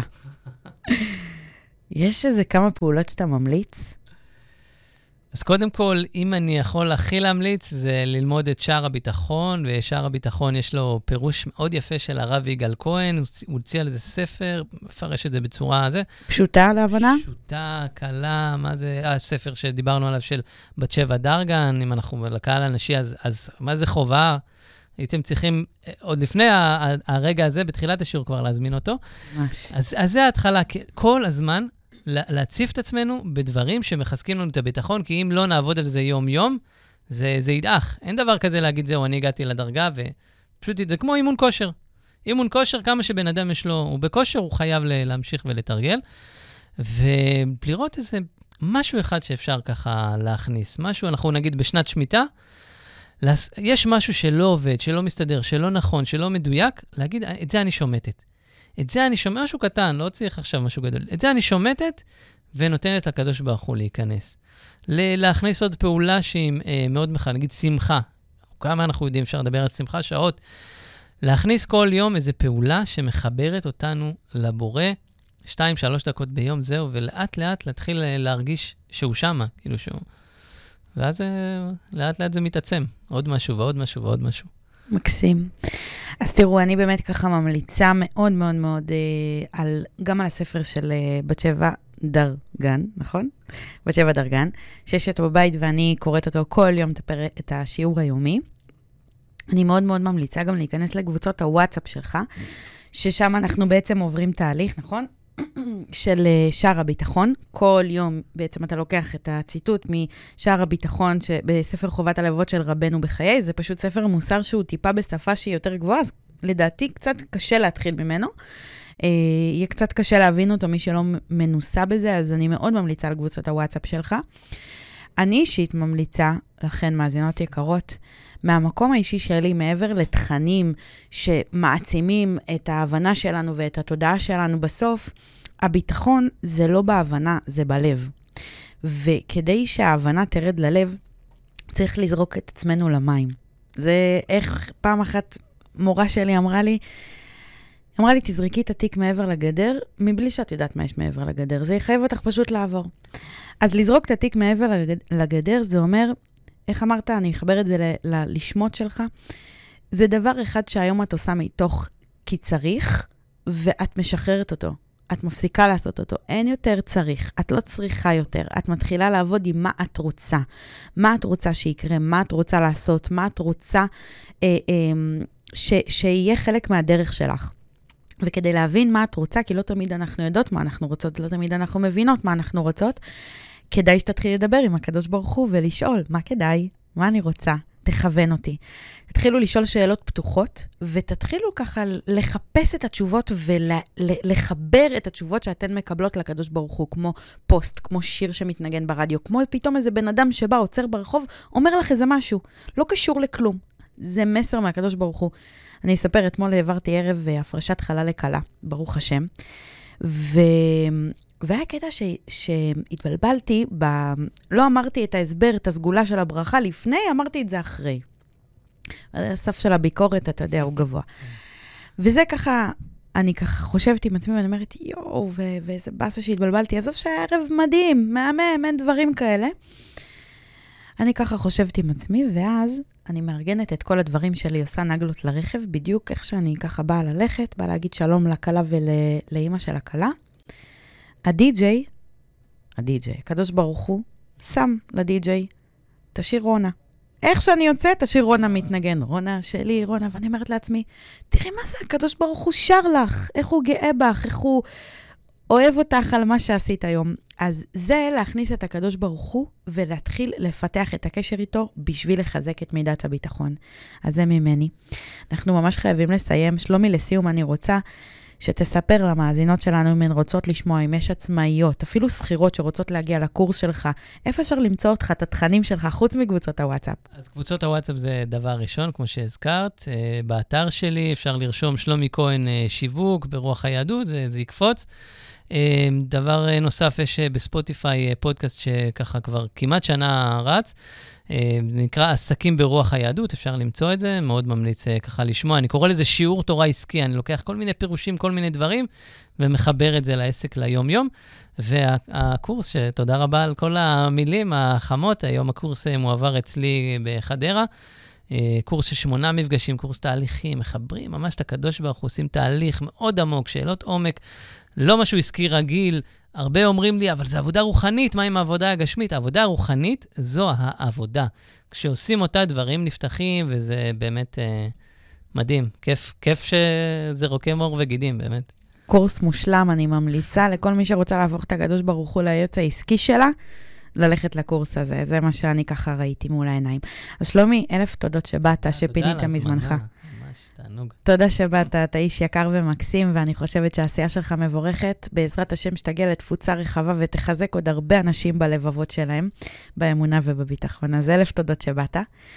יש איזה כמה פעולות שאתה ממליץ? אז קודם כל, אם אני יכול הכי להמליץ, זה ללמוד את שער הביטחון, ושער הביטחון יש לו פירוש מאוד יפה של הרב יגאל כהן, הוא הוציא על איזה ספר, מפרש את זה בצורה הזה. פשוטה להבנה? פשוטה, קלה, מה זה, הספר שדיברנו עליו של בת שבע דרגן, אם אנחנו לקהל הנשי, אז, אז מה זה חובה? הייתם צריכים, עוד לפני הרגע הזה, בתחילת השיעור כבר להזמין אותו. ממש. אז, אז זה ההתחלה, כל הזמן, להציף את עצמנו בדברים שמחזקים לנו את הביטחון, כי אם לא נעבוד על זה יום-יום, זה, זה ידעך. אין דבר כזה להגיד, זהו, אני הגעתי לדרגה, ופשוט זה כמו אימון כושר. אימון כושר, כמה שבן אדם יש לו, הוא בכושר, הוא חייב להמשיך ולתרגל, ולראות איזה משהו אחד שאפשר ככה להכניס. משהו, אנחנו נגיד בשנת שמיטה, יש משהו שלא עובד, שלא מסתדר, שלא נכון, שלא מדויק, להגיד, את זה אני שומטת. את זה אני שומע, משהו קטן, לא צריך עכשיו משהו גדול. את זה אני שומטת ונותנת לקדוש ברוך הוא להיכנס. להכניס עוד פעולה שהיא אה, מאוד מחר, נגיד שמחה. כמה אנחנו יודעים, אפשר לדבר על שמחה שעות, להכניס כל יום איזו פעולה שמחברת אותנו לבורא, שתיים, שלוש דקות ביום, זהו, ולאט לאט להתחיל להרגיש שהוא שמה, כאילו שהוא... ואז לאט לאט זה מתעצם, עוד משהו ועוד משהו ועוד משהו. מקסים. אז תראו, אני באמת ככה ממליצה מאוד מאוד מאוד אה, על, גם על הספר של אה, בת שבע דרגן, נכון? בת שבע דרגן, שיש אותו בבית ואני קוראת אותו כל יום את השיעור היומי. אני מאוד מאוד ממליצה גם להיכנס לקבוצות הוואטסאפ שלך, ששם אנחנו בעצם עוברים תהליך, נכון? של שער הביטחון. כל יום בעצם אתה לוקח את הציטוט משער הביטחון בספר חובת הלבבות של רבנו בחיי, זה פשוט ספר מוסר שהוא טיפה בשפה שהיא יותר גבוהה, אז לדעתי קצת קשה להתחיל ממנו. יהיה קצת קשה להבין אותו מי שלא מנוסה בזה, אז אני מאוד ממליצה על קבוצות הוואטסאפ שלך. אני אישית ממליצה, לכן מאזינות יקרות, מהמקום האישי שלי, מעבר לתכנים שמעצימים את ההבנה שלנו ואת התודעה שלנו בסוף, הביטחון זה לא בהבנה, זה בלב. וכדי שההבנה תרד ללב, צריך לזרוק את עצמנו למים. זה איך פעם אחת מורה שלי אמרה לי, אמרה לי, תזרקי את התיק מעבר לגדר, מבלי שאת יודעת מה יש מעבר לגדר. זה יחייב אותך פשוט לעבור. אז לזרוק את התיק מעבר לגדר, זה אומר, איך אמרת, אני אחבר את זה לשמות שלך, זה דבר אחד שהיום את עושה מתוך כי צריך, ואת משחררת אותו. את מפסיקה לעשות אותו. אין יותר צריך. את לא צריכה יותר. את מתחילה לעבוד עם מה את רוצה. מה את רוצה שיקרה, מה את רוצה לעשות, מה את רוצה אה, אה, ש, שיהיה חלק מהדרך שלך. וכדי להבין מה את רוצה, כי לא תמיד אנחנו יודעות מה אנחנו רוצות, לא תמיד אנחנו מבינות מה אנחנו רוצות, כדאי שתתחיל לדבר עם הקדוש ברוך הוא ולשאול, מה כדאי? מה אני רוצה? תכוון אותי. תתחילו לשאול שאלות פתוחות, ותתחילו ככה לחפש את התשובות ולחבר את התשובות שאתן מקבלות לקדוש ברוך הוא, כמו פוסט, כמו שיר שמתנגן ברדיו, כמו פתאום איזה בן אדם שבא, עוצר ברחוב, אומר לך איזה משהו, לא קשור לכלום. זה מסר מהקדוש ברוך הוא. אני אספר, אתמול העברתי ערב הפרשת חלה לקלה, ברוך השם, ו... והיה קטע ש... שהתבלבלתי, ב... לא אמרתי את ההסבר, את הסגולה של הברכה לפני, אמרתי את זה אחרי. הסף של הביקורת, אתה יודע, הוא גבוה. וזה ככה, אני ככה חושבת עם עצמי, ואני אומרת, יואו, ו... ואיזה בסה שהתבלבלתי, עזוב שהערב מדהים, מהמם, אין דברים כאלה. אני ככה חושבת עם עצמי, ואז אני מארגנת את כל הדברים שלי, עושה נגלות לרכב, בדיוק איך שאני ככה באה ללכת, באה להגיד שלום לקלה ולאמא של הקלה. הדי-ג'יי, הדי-ג'יי, קדוש ברוך הוא, שם לדי-ג'יי, תשאיר רונה. איך שאני יוצאת, תשאיר רונה מתנגן. רונה שלי, רונה, ואני אומרת לעצמי, תראי מה זה, הקדוש ברוך הוא שר לך, איך הוא גאה בך, איך הוא אוהב אותך על מה שעשית היום. אז זה להכניס את הקדוש ברוך הוא, ולהתחיל לפתח את הקשר איתו, בשביל לחזק את מידת הביטחון. אז זה ממני. אנחנו ממש חייבים לסיים. שלומי, לסיום, אני רוצה שתספר למאזינות שלנו אם הן רוצות לשמוע, אם יש עצמאיות, אפילו שכירות שרוצות להגיע לקורס שלך, איפה אפשר למצוא אותך, את התכנים שלך, חוץ מקבוצות הוואטסאפ? אז קבוצות הוואטסאפ זה דבר ראשון, כמו שהזכרת. באתר שלי אפשר לרשום שלומי כהן שיווק, ברוח היהדות, זה, זה יקפוץ. דבר נוסף, יש בספוטיפיי פודקאסט שככה כבר כמעט שנה רץ, זה נקרא עסקים ברוח היהדות, אפשר למצוא את זה, מאוד ממליץ ככה לשמוע. אני קורא לזה שיעור תורה עסקי, אני לוקח כל מיני פירושים, כל מיני דברים, ומחבר את זה לעסק ליום-יום. והקורס, שתודה רבה על כל המילים החמות, היום הקורס מועבר אצלי בחדרה, קורס של שמונה מפגשים, קורס תהליכים, מחברים ממש את הקדוש ברוך הוא, עושים תהליך מאוד עמוק, שאלות עומק, לא משהו עסקי רגיל. הרבה אומרים לי, אבל זה עבודה רוחנית, מה עם העבודה הגשמית? העבודה הרוחנית זו העבודה. כשעושים אותה דברים נפתחים, וזה באמת אה, מדהים. כיף, כיף שזה רוקם עור וגידים, באמת. קורס מושלם, אני ממליצה לכל מי שרוצה להפוך את הקדוש ברוך הוא ליועץ העסקי שלה, ללכת לקורס הזה. זה מה שאני ככה ראיתי מול העיניים. אז שלומי, אלף תודות שבאת, שפינית מזמנך. תענוג. תודה שבאת, אתה איש יקר ומקסים, ואני חושבת שהעשייה שלך מבורכת. בעזרת השם שתגיע לתפוצה רחבה ותחזק עוד הרבה אנשים בלבבות שלהם, באמונה ובביטחון. אז אלף תודות שבאת.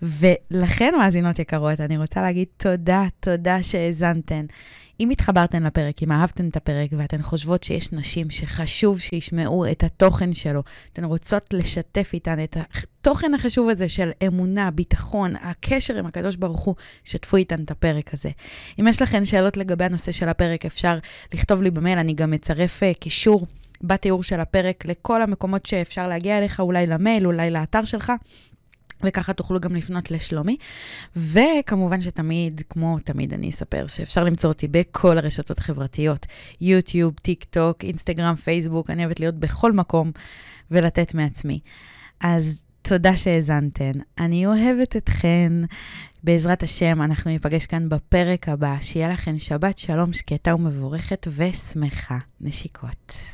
ולכן, מאזינות יקרות, אני רוצה להגיד תודה, תודה שהאזנתן. אם התחברתן לפרק, אם אהבתן את הפרק, ואתן חושבות שיש נשים שחשוב שישמעו את התוכן שלו, אתן רוצות לשתף איתן את התוכן החשוב הזה של אמונה, ביטחון, הקשר עם הקדוש ברוך הוא, שתפו איתן את הפרק הזה. אם יש לכן שאלות לגבי הנושא של הפרק, אפשר לכתוב לי במייל, אני גם מצרף קישור בתיאור של הפרק לכל המקומות שאפשר להגיע אליך, אולי למייל, אולי לאתר שלך. וככה תוכלו גם לפנות לשלומי. וכמובן שתמיד, כמו תמיד אני אספר, שאפשר למצוא אותי בכל הרשתות החברתיות. יוטיוב, טיק טוק, אינסטגרם, פייסבוק. אני אוהבת להיות בכל מקום ולתת מעצמי. אז תודה שהאזנתן. אני אוהבת אתכן. בעזרת השם, אנחנו ניפגש כאן בפרק הבא. שיהיה לכן שבת שלום שקטה ומבורכת ושמחה. נשיקות.